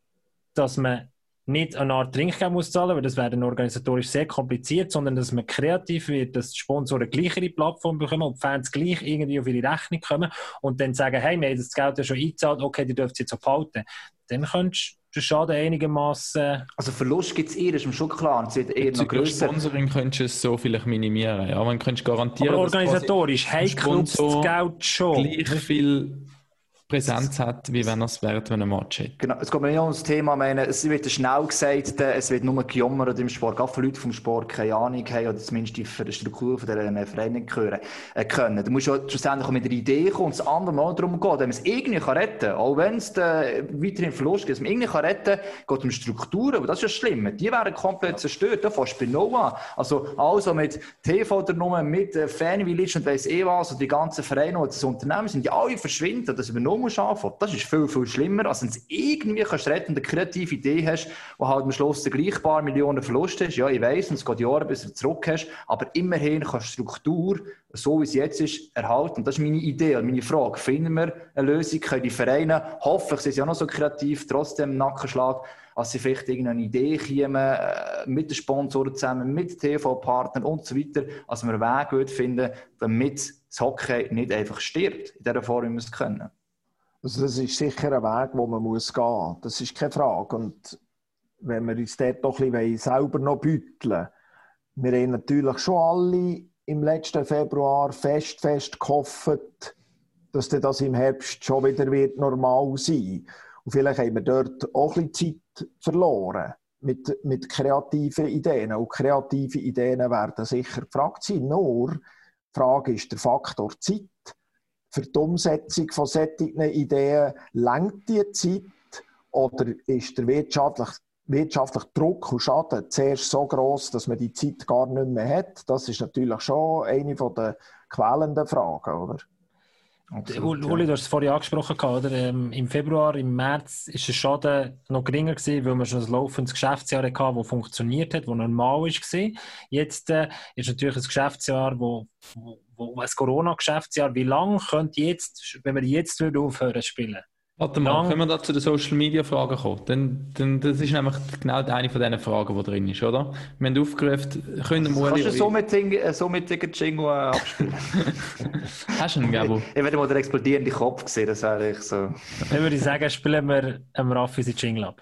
dass man nicht eine Art Trinkgeld muss zahlen, weil das wäre dann organisatorisch sehr kompliziert, sondern dass man kreativ wird, dass die Sponsoren gleich ihre Plattform bekommen und die Fans gleich irgendwie auf ihre Rechnung kommen und dann sagen, hey, wir haben das Geld ja schon eingezahlt, okay, die dürft es jetzt behalten. Dann könntest du den Schaden einigermaßen. Also Verlust gibt es eher, ist mir schon klar. Und es wird eher noch bezüglich grösser. Sponsoring könntest du es so vielleicht minimieren. Ja, man könntest garantieren, Aber dass quasi organisatorisch haben die Clubs das Sponsor Geld schon. gleich viel Präsenz hat, wie wenn er es während einem Match hätte. Genau, es geht mir nicht um das Thema. Ich meine, es wird schnell gesagt, äh, es wird nur gejammert im Sport. Gerade für Leute vom Sport keine Ahnung haben oder zumindest die Struktur von dieser Vereine gehören, äh, können. Du musst ja schlussendlich auch mit der Idee kommen und das andere Mal darum gehen, wenn man es irgendwie kann retten kann, auch wenn es weiterhin Verlust gibt, dass man irgendwie kann retten kann, geht es um Strukturen, aber das ist ja schlimm. Die werden komplett zerstört, da fährst du bei Null an. Also, also mit T V der Nummer, mit äh, Fan-Village und weiss eh was, und die ganzen Vereine und das Unternehmen sind, die alle verschwinden, dass du über Null musst anfangen. Das ist viel, viel schlimmer, als wenn du es irgendwie kannst retten und eine kreative Idee hast, die halt am Schluss den gleich paar Millionen Verlust hast. Ja, ich weiss, und es geht Jahre, bis du zurück hast, aber immerhin kannst du Struktur, so wie es jetzt ist, erhalten. Und das ist meine Idee und meine Frage. Finden wir eine Lösung, können die Vereine, hoffe ich, sie sind ja noch so kreativ, trotzdem im Nackenschlag, als sie vielleicht irgendeine Idee kommen, äh, mit den Sponsoren zusammen, mit T V-Partnern und so weiter, als wir einen Weg gut finden, damit das Hockey nicht einfach stirbt, in dieser Form, wie wir es können. Also das ist sicher ein Weg, wo man muss gehen muss. Das ist keine Frage. Und wenn wir uns dort doch ein bisschen selber noch beuteln, wir haben natürlich schon alle im letzten Februar fest, fest gehofft, dass das im Herbst schon wieder wird normal sein. Und vielleicht haben wir dort auch ein bisschen Zeit verloren mit, mit kreativen Ideen. Und kreative Ideen werden sicher gefragt sein. Nur, die Frage ist der Faktor Zeit. Für die Umsetzung von solchen Ideen reicht die Zeit oder ist der wirtschaftliche, wirtschaftliche Druck und Schaden zuerst so gross, dass man die Zeit gar nicht mehr hat? Das ist natürlich schon eine der quälenden Fragen, oder? Absolut, Uli, ja. du hast es vorhin angesprochen, oder? Ähm, im Februar, im März war der Schaden noch geringer gewesen, weil wir schon ein laufendes Geschäftsjahr hatten, das funktioniert hat, das normal war. Jetzt äh, ist natürlich ein Geschäftsjahr, wo, wo, wo ein Corona-Geschäftsjahr. Wie lange könnte jetzt, wenn wir jetzt würden aufhören zu spielen? Warte mal, Lang- können wir da zu den Social-Media-Fragen kommen? Dann, dann, das ist nämlich genau eine von diesen Fragen, die drin ist, oder? Wir haben aufgerufen, können wir Kannst du so mit Ding- so mit den Jingle äh, abspielen? Hast du einen, Gabo? Ich werde mal den explodierenden Kopf sehen, das wäre ich so. Dann würde ich sagen, spielen wir am Raffi sein Jingle ab.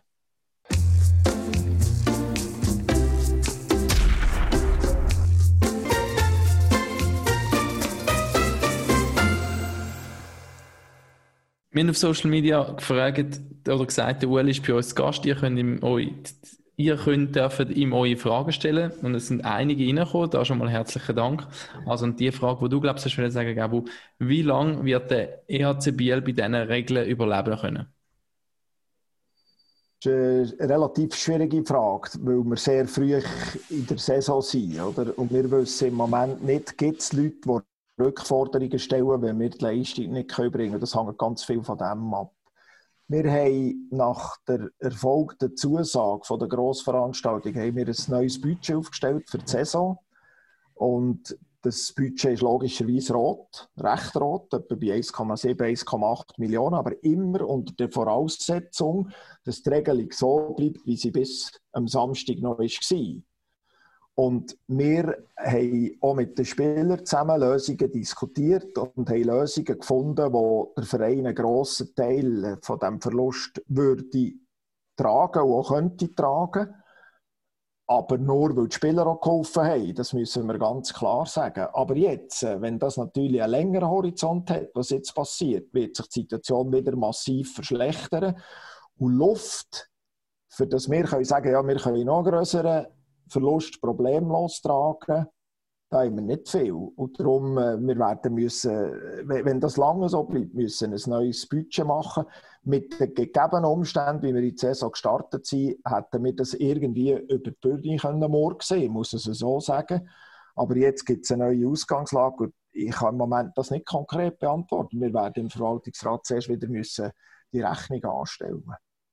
Wir haben auf Social Media gefragt oder gesagt, der Ueli ist bei uns Gast, ihr könnt ihm euch, ihr könnt, dürft ihm eure Fragen stellen und es sind einige reingekommen, da schon mal herzlichen Dank. Also und die Frage, die du glaubst, hast du sagen, Gabo, wie lange wird der E H C Biel bei diesen Regeln überleben können? Das ist eine relativ schwierige Frage, weil wir sehr früh in der Saison sind. Oder? Und wir wissen im Moment nicht, gibt es Leute, die Rückforderungen stellen, wenn wir die Leistung nicht bringen können. Das hängt ganz viel von dem ab. Wir haben nach der erfolgten Zusage von der Grossveranstaltung haben wir ein neues Budget aufgestellt für die Saison. Und das Budget ist logischerweise rot, recht rot, etwa bei eins Komma sieben, eins Komma acht Millionen, aber immer unter der Voraussetzung, dass die Regelung so bleibt, wie sie bis am Samstag noch war. Und wir haben auch mit den Spielern zusammen Lösungen diskutiert und haben Lösungen gefunden, wo der Verein einen grossen Teil von diesem Verlust würde tragen und auch könnte tragen. Aber nur, weil die Spieler auch geholfen haben, das müssen wir ganz klar sagen. Aber jetzt, wenn das natürlich einen längeren Horizont hat, was jetzt passiert, wird sich die Situation wieder massiv verschlechtern. Und Luft, für das wir können sagen, ja, wir können noch grösseren Verlust problemlos tragen, da haben wir nicht viel. Und darum, wir werden müssen, wenn das lange so bleibt, müssen ein neues Budget machen. Mit den gegebenen Umständen, wie wir in die Saison gestartet sind, hätten wir das irgendwie über die Bühne können morgen sehen, muss ich es so sagen. Aber jetzt gibt es eine neue Ausgangslage und ich kann im Moment das nicht konkret beantworten. Wir werden im Verwaltungsrat zuerst wieder müssen die Rechnung anstellen.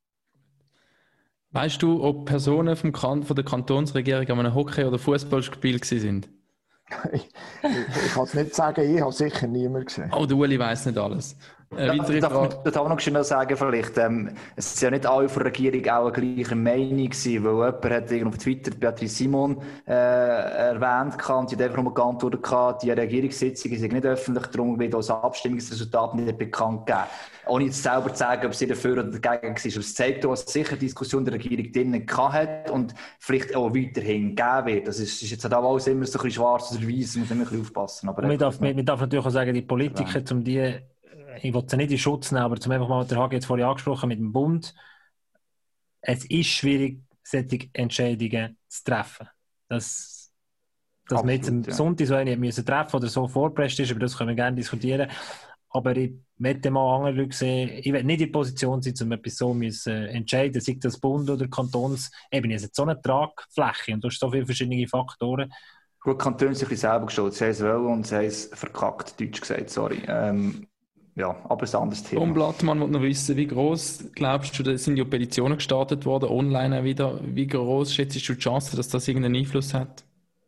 Weißt du, ob Personen vom kan- von der Kantonsregierung an einem Hockey- oder Fußballspiel waren? ich ich kann es nicht sagen, ich habe sicher niemand gesehen. Oh, der Uli weiss nicht alles. Äh, Ja, weitere darf, Frage- das darf ich noch schnell sagen, vielleicht. Ähm, es sind ja nicht alle von der Regierung auch gleicher Meinung gewesen, weil jemand hat irgendwie auf Twitter Beatrice Simon äh, erwähnt und die hat einfach nur geantwortet, die Regierungssitzungen sind nicht öffentlich, darum wird das Abstimmungsresultat nicht bekannt gegeben. Ohne jetzt selber zu sagen, ob sie dafür oder dagegen war. Aber es zeigt auch, dass es sicher Diskussion der Regierung drinnen hat und vielleicht auch weiterhin geben wird. Das ist, ist jetzt halt auch alles immer so ein bisschen schwarz oder weiß, muss man ein bisschen aufpassen. Aber man, darf, man, man darf natürlich auch sagen, die Politiker, um die, ich will sie nicht in Schutz nehmen, aber zum einfach mal, der Hagi jetzt vorhin angesprochen mit dem Bund, es ist schwierig, solche Entscheidungen zu treffen. Das, dass man jetzt am ja. Sonntag so eine müssen treffen oder so vorgepresst ist, über das können wir gerne diskutieren. Aber ich möchte mal andere Leute sehen, ich will nicht in der Position sein, um etwas so müssen entscheiden, sei das Bund oder Kantonsebene. Es hat so eine Tragfläche und du hast so viele verschiedene Faktoren. Gut, Kantone sich selber geschaut. Sie haben es wollen und sie haben es verkackt, deutsch gesagt, sorry. Ähm, ja, aber es ist ein anderes Thema. Tom Blattmann will noch wissen, wie gross glaubst du, da sind ja Petitionen gestartet worden, online auch wieder. Wie gross schätzt du die Chance, dass das irgendeinen Einfluss hat?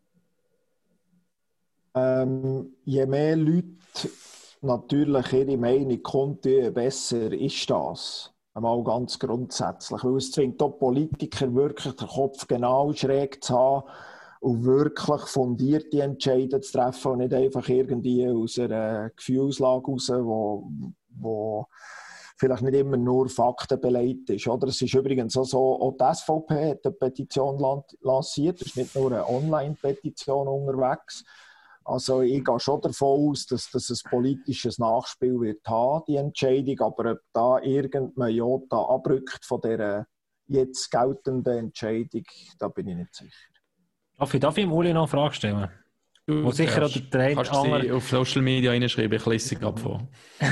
Ähm, je mehr Leute natürlich ihre Meinung kundtun, besser ist das. Einmal ganz grundsätzlich. Weil es zwingt auch Politiker wirklich den Kopf genau schräg zu haben und wirklich fundierte Entscheidungen zu treffen und nicht einfach irgendwie aus einer Gefühlslage raus, wo, wo vielleicht nicht immer nur faktenbeleidigt ist. Oder? Es ist übrigens auch so, auch die S V P hat eine Petition lanciert, es ist nicht nur eine Online-Petition unterwegs. Also ich gehe schon davon aus, dass das ein politisches Nachspiel wird haben, die Entscheidung, aber ob da irgendein Jota abrückt von dieser jetzt geltenden Entscheidung, da bin ich nicht sicher. Darf ich, darf ich ihm Uli noch eine Frage stellen? Du Wo sicher darfst, auch der eine kannst du andere- sie auf Social Media reinschreiben, ich lese sie gerade vor.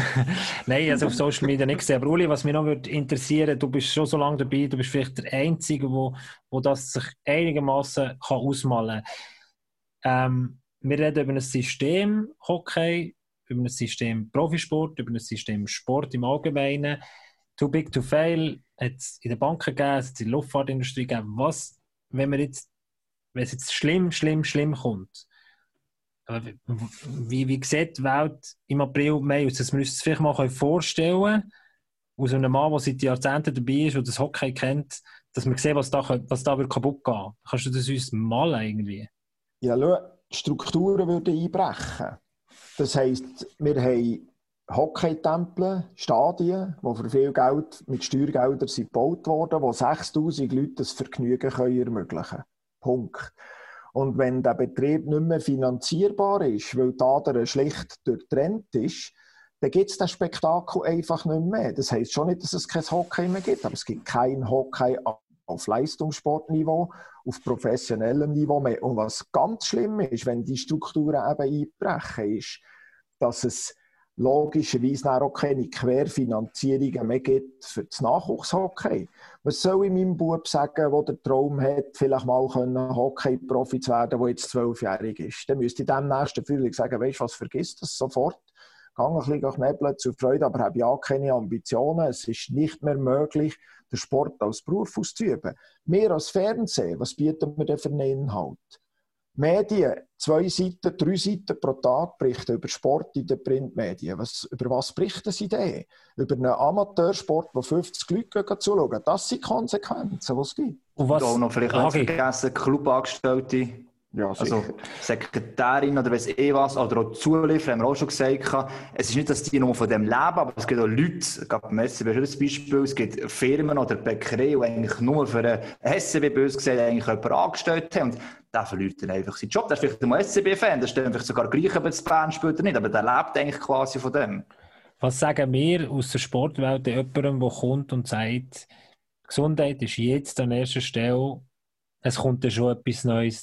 Nein, also auf Social Media nicht gesehen. Aber Uli, was mich noch würde interessieren, du bist schon so lange dabei, du bist vielleicht der Einzige, wo, wo das sich einigermaßen kann ausmalen kann. Ähm, wir reden über ein System Hockey, über ein System Profisport, über ein System Sport im Allgemeinen. Too big to fail hat es in den Banken gegeben, es hat es in der Luftfahrtindustrie gegeben. Was, wenn wir jetzt, wenn es jetzt schlimm, schlimm, schlimm kommt, aber wie, wie sieht die Welt im April, Mai aus? Das müsst ihr vielleicht mal vorstellen, aus einem Mann, der seit Jahrzehnten dabei ist und das Hockey kennt, dass man sieht, was da, was da kaputt gehen würde. Kannst du das uns malen irgendwie? Ja, schau, die Strukturen würden einbrechen. Das heisst, wir haben Hockeytempel, Stadien, die für viel Geld mit Steuergeldern sind gebaut wurden, wo sechstausend Leute das Vergnügen können ermöglichen können. Punkt. Und wenn der Betrieb nicht mehr finanzierbar ist, weil die Ader schlicht durchtrennt ist, dann gibt es das Spektakel einfach nicht mehr. Das heisst schon nicht, dass es kein Hockey mehr gibt, aber es gibt kein Hockey auf Leistungssportniveau, auf professionellem Niveau mehr. Und was ganz schlimm ist, wenn die Strukturen eben einbrechen, ist, dass es logischerweise auch keine Querfinanzierungen mehr gibt für das Nachwuchshockey. Was soll ich meinem Bub sagen, der den Traum hat, vielleicht mal Hockey-Profi zu werden, der jetzt zwölfjährig ist? Dann müsste ich dem nächsten Frühling sagen, weißt du was, vergiss das sofort. Geh ein bisschen knebeln zur Freude, aber habe ja keine Ambitionen. Es ist nicht mehr möglich, den Sport als Beruf auszuüben. Wir als Fernsehen, was bieten wir denn für einen Inhalt? Medien, zwei Seiten, drei Seiten pro Tag berichten über Sport in den Printmedien. Was, über was berichten sie denn? Über einen Amateursport, wo fünfzig Leute gehen zuschauen. Das sind Konsequenzen, die es gibt. Und was, Und auch noch vielleicht Ah, nicht okay. vergessen, Clubangestellte, Ja, also Sekretärin oder weiss eh was, oder auch Zulieferer, haben wir auch schon gesagt. Es ist nicht, dass die nur von dem leben, aber es gibt auch Leute, gerade beim S C B ist ein Beispiel, es gibt Firmen oder Bäckereien, die eigentlich nur für einen S C B böse gesagt eigentlich jemanden angestellt haben. Und der verliert dann einfach seinen Job. Der ist vielleicht ein S C B-Fan, der ist dann vielleicht sogar gleich, ob es Bern spielt oder nicht, aber der lebt eigentlich quasi von dem. Was sagen wir aus der Sportwelt jemandem, der kommt und sagt, Gesundheit ist jetzt an erster Stelle, es kommt dann schon etwas Neues.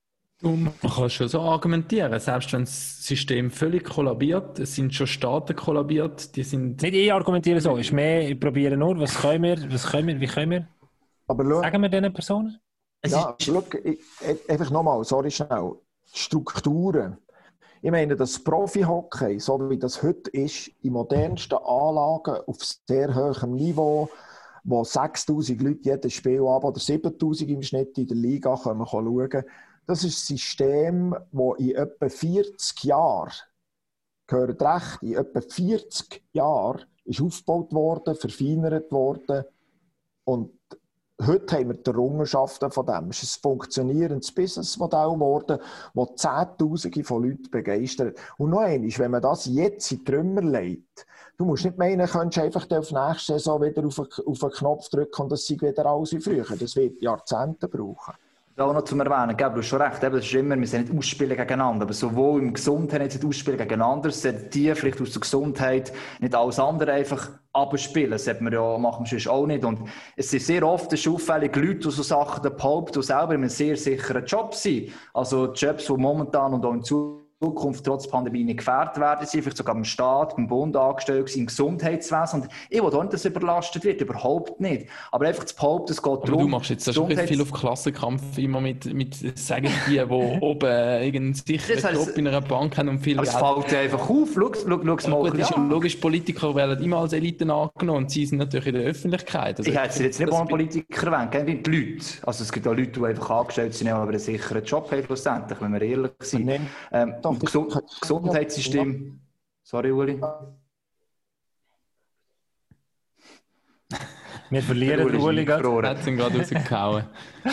Man kann schon so argumentieren, selbst wenn das System völlig kollabiert, es sind schon Staaten kollabiert, die sind... Nicht ich argumentiere so, ist mehr, ich probiere nur, was können wir, was können wir, wie können wir? Aber schau, sagen wir diesen Personen? Ja, schau, ich, einfach nochmal, sorry schnell, Strukturen. Ich meine, das Profi-Hockey, so wie das heute ist, in modernsten Anlagen auf sehr hohem Niveau, wo sechstausend Leute jedes Spiel ab oder siebentausend im Schnitt in der Liga können schauen. Das ist ein System, das in etwa vierzig Jahren, gehört recht, in etwa vierzig Jahren ist aufgebaut worden, verfeinert worden. Und heute haben wir die Errungenschaften von dem. Es ist ein funktionierendes Businessmodell geworden, das Zehntausende von Leuten begeistert. Und noch einmal, wenn man das jetzt in die Trümmer legt, du musst nicht meinen, du könntest einfach auf die nächste Saison wieder auf einen, auf einen Knopf drücken und das sei wieder alles wie früher. Das wird Jahrzehnte brauchen. Da auch noch zu erwähnen, du hast schon recht, das ist immer, wir sind nicht ausspielen gegeneinander, aber sowohl im Gesundheit nicht ausspielen gegeneinander, sollten die vielleicht aus der Gesundheit nicht alles andere einfach abspielen. Das sollte man ja, machen wir sonst auch nicht. Und es sind sehr oft auffällige Leute, die so Sachen behaupten, die selber in einem sehr sicheren Job sind. Also Jobs, die momentan und auch in Zukunft Zukunft trotz Pandemie nicht gefährdet werden, sie vielleicht sogar beim Staat, beim Bund angestellt, im Gesundheitswesen. Und ich will auch nicht, dass es überlastet wird, überhaupt nicht. Aber einfach zu behaupten, es geht aber darum... du machst jetzt schon Gesundheits- viel auf Klassenkampf, immer mit, mit sagen die, die oben irgendeinen sicheren Job in einer Bank haben und viel aber Geld. Aber es fällt einfach auf. Schau, schau, schau es ja, mal. Gut, ist ja logisch, Politiker werden immer als Eliten angenommen und sie sind natürlich in der Öffentlichkeit. Also ich hätte jetzt nicht mal einen Politiker erwähnt, kennen die Leute. Also es gibt auch Leute, die einfach angestellt sind, aber einen sicheren Job haben, schlussendlich, wenn wir ehrlich sind. Ähm, Doch, Gesund- Gesundheitssystem. Sorry, Uli. Wir verlieren den Uli gerade. Er hat ihn gerade rausgehauen.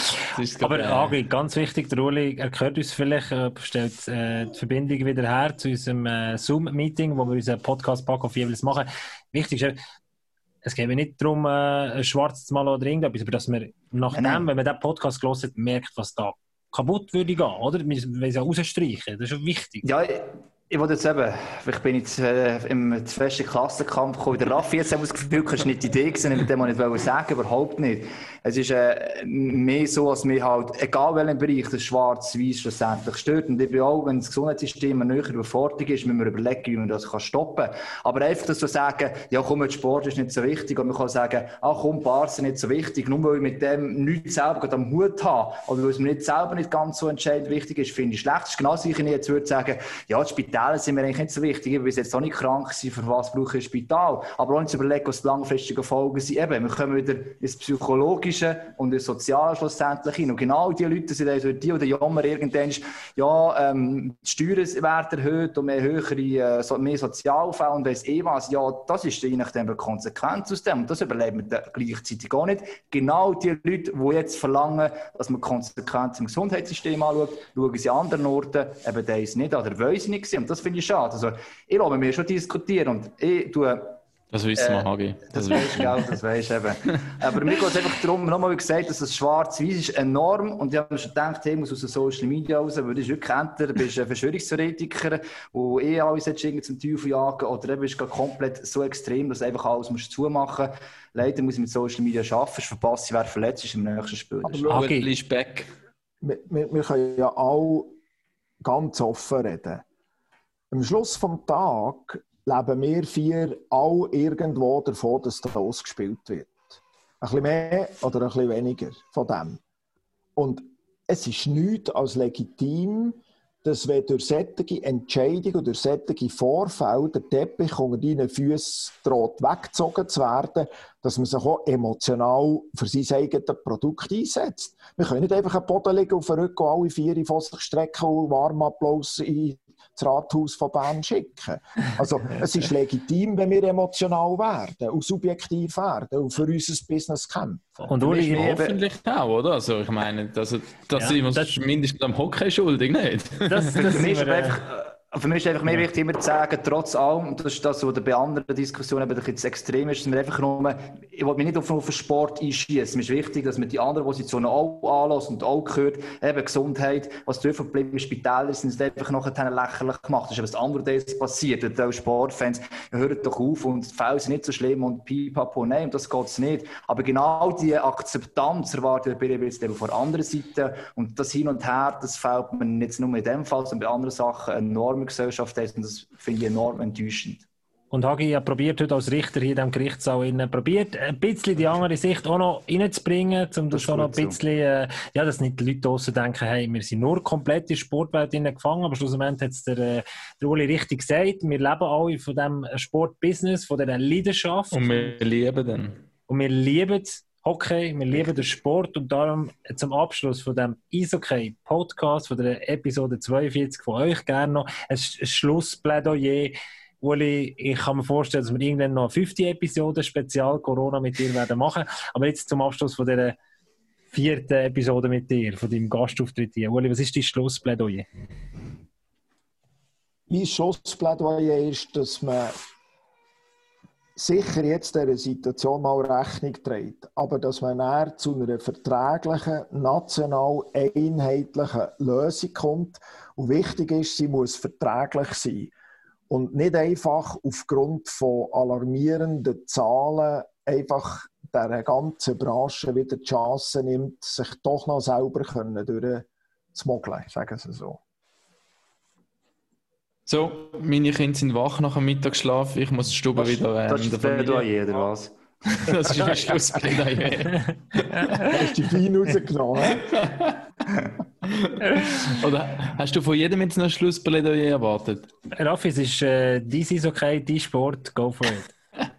Aber äh, Agi, ganz wichtig, der Uli erklärt uns vielleicht, äh, stellt äh, die Verbindung wieder her zu unserem äh, Zoom-Meeting, wo wir unseren Podcast-Pack jeweils machen. Wichtig ist, es geht mir nicht darum, äh, ein Schwarz zu malen oder irgendetwas, aber dass man nachdem, wenn man diesen Podcast gehört hat, merkt, was da kaputt würde gehen, oder? Wir wollen es ja rausstreichen, das ist schon wichtig. Ja, ich, ich wollte jetzt eben, ich bin jetzt äh, im festen Klassenkampf gekommen. Der Raffi jetzt haben wir das Gefühl, das war nicht die Idee gewesen, mit dem wollte ich nicht sagen, überhaupt nicht. Es ist äh, mehr so, als mir halt, egal welchen Bereich das Schwarz-Weiß schlussendlich stört. Und ich bin auch, wenn das Gesundheitssystem eine höhere Überforderung ist, müssen wir überlegen, wie man das stoppen kann. Aber einfach das so sagen, ja komm, der Sport ist nicht so wichtig. Und man kann sagen, ach komm, Bars sind nicht so wichtig. Nur weil ich mit dem nichts selber am Hut habe, oder weil es mir nicht selber nicht ganz so entscheidend wichtig ist, finde ich schlecht. Das ist genauso, wie ich jetzt würde sagen, ja, das Spital sind mir eigentlich nicht so wichtig. Ich will jetzt auch nicht krank sein, für was brauche ich ein Spital. Aber auch nicht zu überlegen, was die langfristigen Folgen sind. Eben, wir kommen wieder ins Psychologische und ins Soziale schlussendlich hin. Und genau die Leute sind also die, die jammern irgendwann, ja, ähm, die Steuern werden erhöht und mehr höhere, äh, mehr Sozialfälle und weiss eh was. Ja, das ist je nachdem eine Konsequenz aus dem. Und das überleben wir gleichzeitig auch nicht. Genau die Leute, die jetzt verlangen, dass man Konsequenzen im Gesundheitssystem anschaut, schauen sie an anderen Orten, eben das nicht oder wollen sie nicht sehen. Und das finde ich schade. Also, ich lasse mir schon diskutieren und ich tue... Das wissen wir, Hagi. Das, das weisst du, gell, das weisst du eben. Aber mir geht es einfach darum, nochmal wie gesagt, dass das Schwarz-Weiß ist enorm und ich habe mir schon gedacht, hey, ich muss aus den Social Media raus, weil du bist wirklich Enter, du bist ein Verschwörungstheoretiker, der eh alles irgendwie zum Teufel jagen oder du bist komplett so extrem, dass du einfach alles musst zumachen musst. Leider muss ich mit Social Media arbeiten, ich verpasse, wer verletzt ist im nächsten Spiel. Aber Hagi ist back. Wir, wir, wir können ja auch ganz offen reden. Am Schluss des Tages leben wir vier all irgendwo davon, dass das ausgespielt wird. Ein bisschen mehr oder ein bisschen weniger von dem. Und es ist nichts als legitim, dass wenn durch solche Entscheidungen und durch solche Vorfälle der Teppich unter deinen Füßen droht weggezogen zu werden, dass man sich auch emotional für sein eigenes Produkt einsetzt. Wir können nicht einfach am Boden liegen auf dem Rücken und alle vier von sich strecken und Warmapplaus in ins Rathaus von Bern schicken. Also es ist legitim, wenn wir emotional werden und subjektiv werden und für unser Business kämpfen. Und Uli, hoffentlich auch, oder? Also ich meine, das, das ja, sind wir das, mindestens am Hockey schuldig, nicht? Das, das für, mich wir, ist einfach, für mich ist einfach mehr wichtig, immer zu sagen, trotz allem, und das ist das, was bei anderen Diskussionen eben jetzt extrem ist, dass wir einfach nur, ich will mich nicht auf, auf den Sport einschießen. Mir ist wichtig, dass man die anderen Positionen auch anlässt und auch hört, eben Gesundheit, was dürfen geblieben ist, Spitäler sind es einfach nachher lächerlich gemacht. Das ist etwas anderes passiert. Und auch Sportfans, hört doch auf und die Fälle sind nicht so schlimm und pipapo, nein, und das geht es nicht. Aber genau die Akzeptanz erwartet bei jetzt eben von der anderen Seite und das Hin und Her, das fällt mir nicht nur in dem Fall, sondern bei anderen Sachen enorm Gesellschaft ist und das finde ich enorm enttäuschend. Und Hagi hat probiert heute als Richter hier in diesem Gerichtssaal innen, probiert ein bisschen die andere Sicht auch noch reinzubringen, um das, das auch noch ein bisschen, so. äh, ja, dass nicht die Leute draussen denken, hey, wir sind nur komplett in der Sportwelt gefangen, aber schlussendlich hat es der, äh, der Uli richtig gesagt, wir leben alle von diesem Sportbusiness, von dieser Leidenschaft. Und wir lieben den. Und wir lieben Hockey, wir lieben den Sport und darum zum Abschluss von dem Eishockey-Podcast, von der Episode zweiundvierzig von euch gerne noch ein Schlussplädoyer. Uli, ich kann mir vorstellen, dass wir irgendwann noch eine fünfte Episode Spezial Corona mit dir werden machen. Aber jetzt zum Abschluss von dieser vierten Episode mit dir, von deinem Gastauftritt hier. Uli, was ist dein Schlussplädoyer? Mein Schlussplädoyer ist, dass man sicher jetzt dieser Situation mal Rechnung trägt, aber dass man eher zu einer verträglichen, national einheitlichen Lösung kommt. Und wichtig ist, sie muss verträglich sein. Und nicht einfach aufgrund von alarmierenden Zahlen einfach der ganzen Branche wieder die Chance nimmt, sich doch noch selber durchzumogeln, sagen Sie so. So, meine Kinder sind wach nach dem Mittagsschlaf. Ich muss die Stube das, wieder... Ähm, das ist Plädoyer, oder was? Das ist ein Schlussplädoyer. Hast du die Fein rausgenommen? Oder hast du von jedem jetzt noch ein Schlussplädoyer erwartet? Raffi, es ist äh, dein Eishockey, dein Sport, go for it.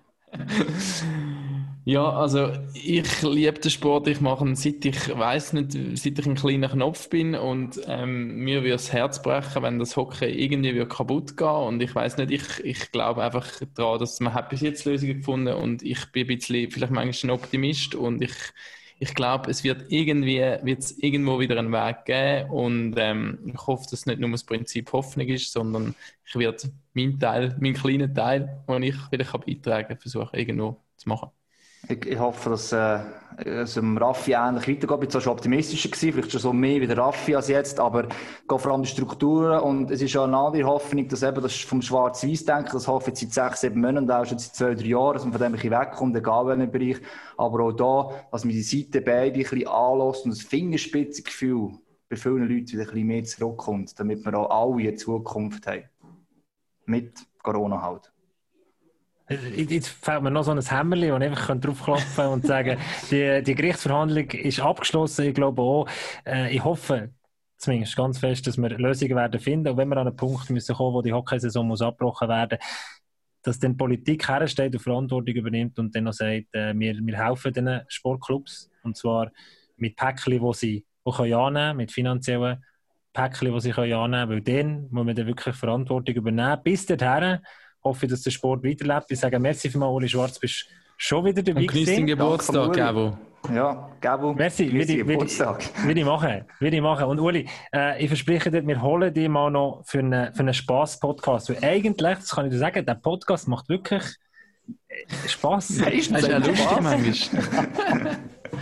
Ja, also ich liebe den Sport, ich mache ihn, seit ich weiss nicht, seit ich ein kleiner Knopf bin und ähm, mir würde das Herz brechen, wenn das Hockey irgendwie wird kaputt gehen und ich weiss nicht, ich, ich glaube einfach daran, dass man hat bis jetzt Lösungen gefunden und ich bin ein bisschen, vielleicht manchmal ein Optimist und ich, ich glaube, es wird irgendwie, wird es irgendwo wieder einen Weg geben und ähm, ich hoffe, dass es nicht nur das Prinzip Hoffnung ist, sondern ich werde meinen Teil, meinen kleinen Teil, den ich vielleicht beitragen kann, versuchen irgendwo zu machen. Ich, ich hoffe, dass äh, es dem Raffi ähnlich weitergeht. Ich war zwar schon optimistischer gewesen, vielleicht schon so mehr wie der Raffi als jetzt, aber es geht vor allem die Strukturen und es ist auch eine andere Hoffnung, dass eben das vom Schwarz-Weiß-Denken, das hoffe ich seit sechs, sieben Monaten, auch schon seit zwei, drei Jahren, dass man von dem ein bisschen wegkommt, egal welchen Bereich, aber auch da, dass man die Seite beide ein bisschen anlässt und das Fingerspitzengefühl bei vielen Leuten wieder ein bisschen mehr zurückkommt, damit wir auch alle eine Zukunft haben. Mit Corona halt. Jetzt fällt mir noch so ein Hämmerchen, wo ich einfach draufklopfen kann und sagen, die, die Gerichtsverhandlung ist abgeschlossen. Ich glaube auch, äh, ich hoffe zumindest ganz fest, dass wir Lösungen werden finden. Und wenn wir an einen Punkt müssen kommen, wo die Hockeysaison muss abgebrochen werden, dass dann die Politik hersteht und Verantwortung übernimmt und dann noch sagt, äh, wir, wir helfen den Sportclubs. Und zwar mit Päckchen, die sie die können annehmen, mit finanziellen Päckchen, die sie können annehmen können. Weil dann muss man dann wirklich Verantwortung übernehmen. Bis dahin hoffe ich, dass der Sport weiterlebt. Ich sage merci für mal, Uli Schwarz, bist schon wieder dabei gewesen. Und genieß den Geburtstag, Gabo. Ja, Gabo, merci, genieß den Geburtstag. Will ich machen, will ich machen. Und Uli, äh, ich verspreche dir, wir holen dich mal noch für einen, für einen Spass-Podcast. Weil eigentlich, das kann ich dir sagen, der Podcast macht wirklich Spass. Ja, ist das ja lustig manchmal.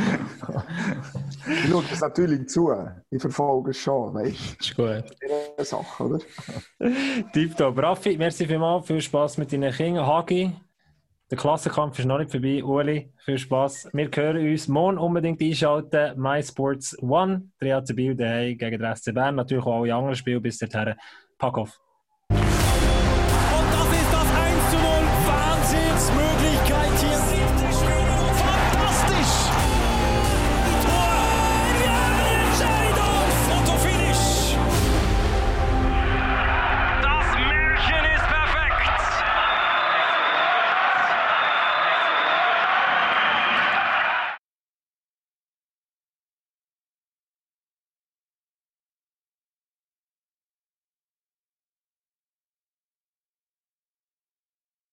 Ich schaue das natürlich zu. Ich verfolge es schon, weißt du? Ist gut. Eine Sache, oder? Tipptopp. Raffi, merci vielmals. Viel Spass mit deinen Kindern. Hagi, der Klassenkampf ist noch nicht vorbei. Uli, viel Spass. Wir hören uns morgen unbedingt einschalten. MySports One, der E A C Biel daheim gegen den S C Bern. Natürlich auch alle anderen Spiele bis dahin. Pack auf.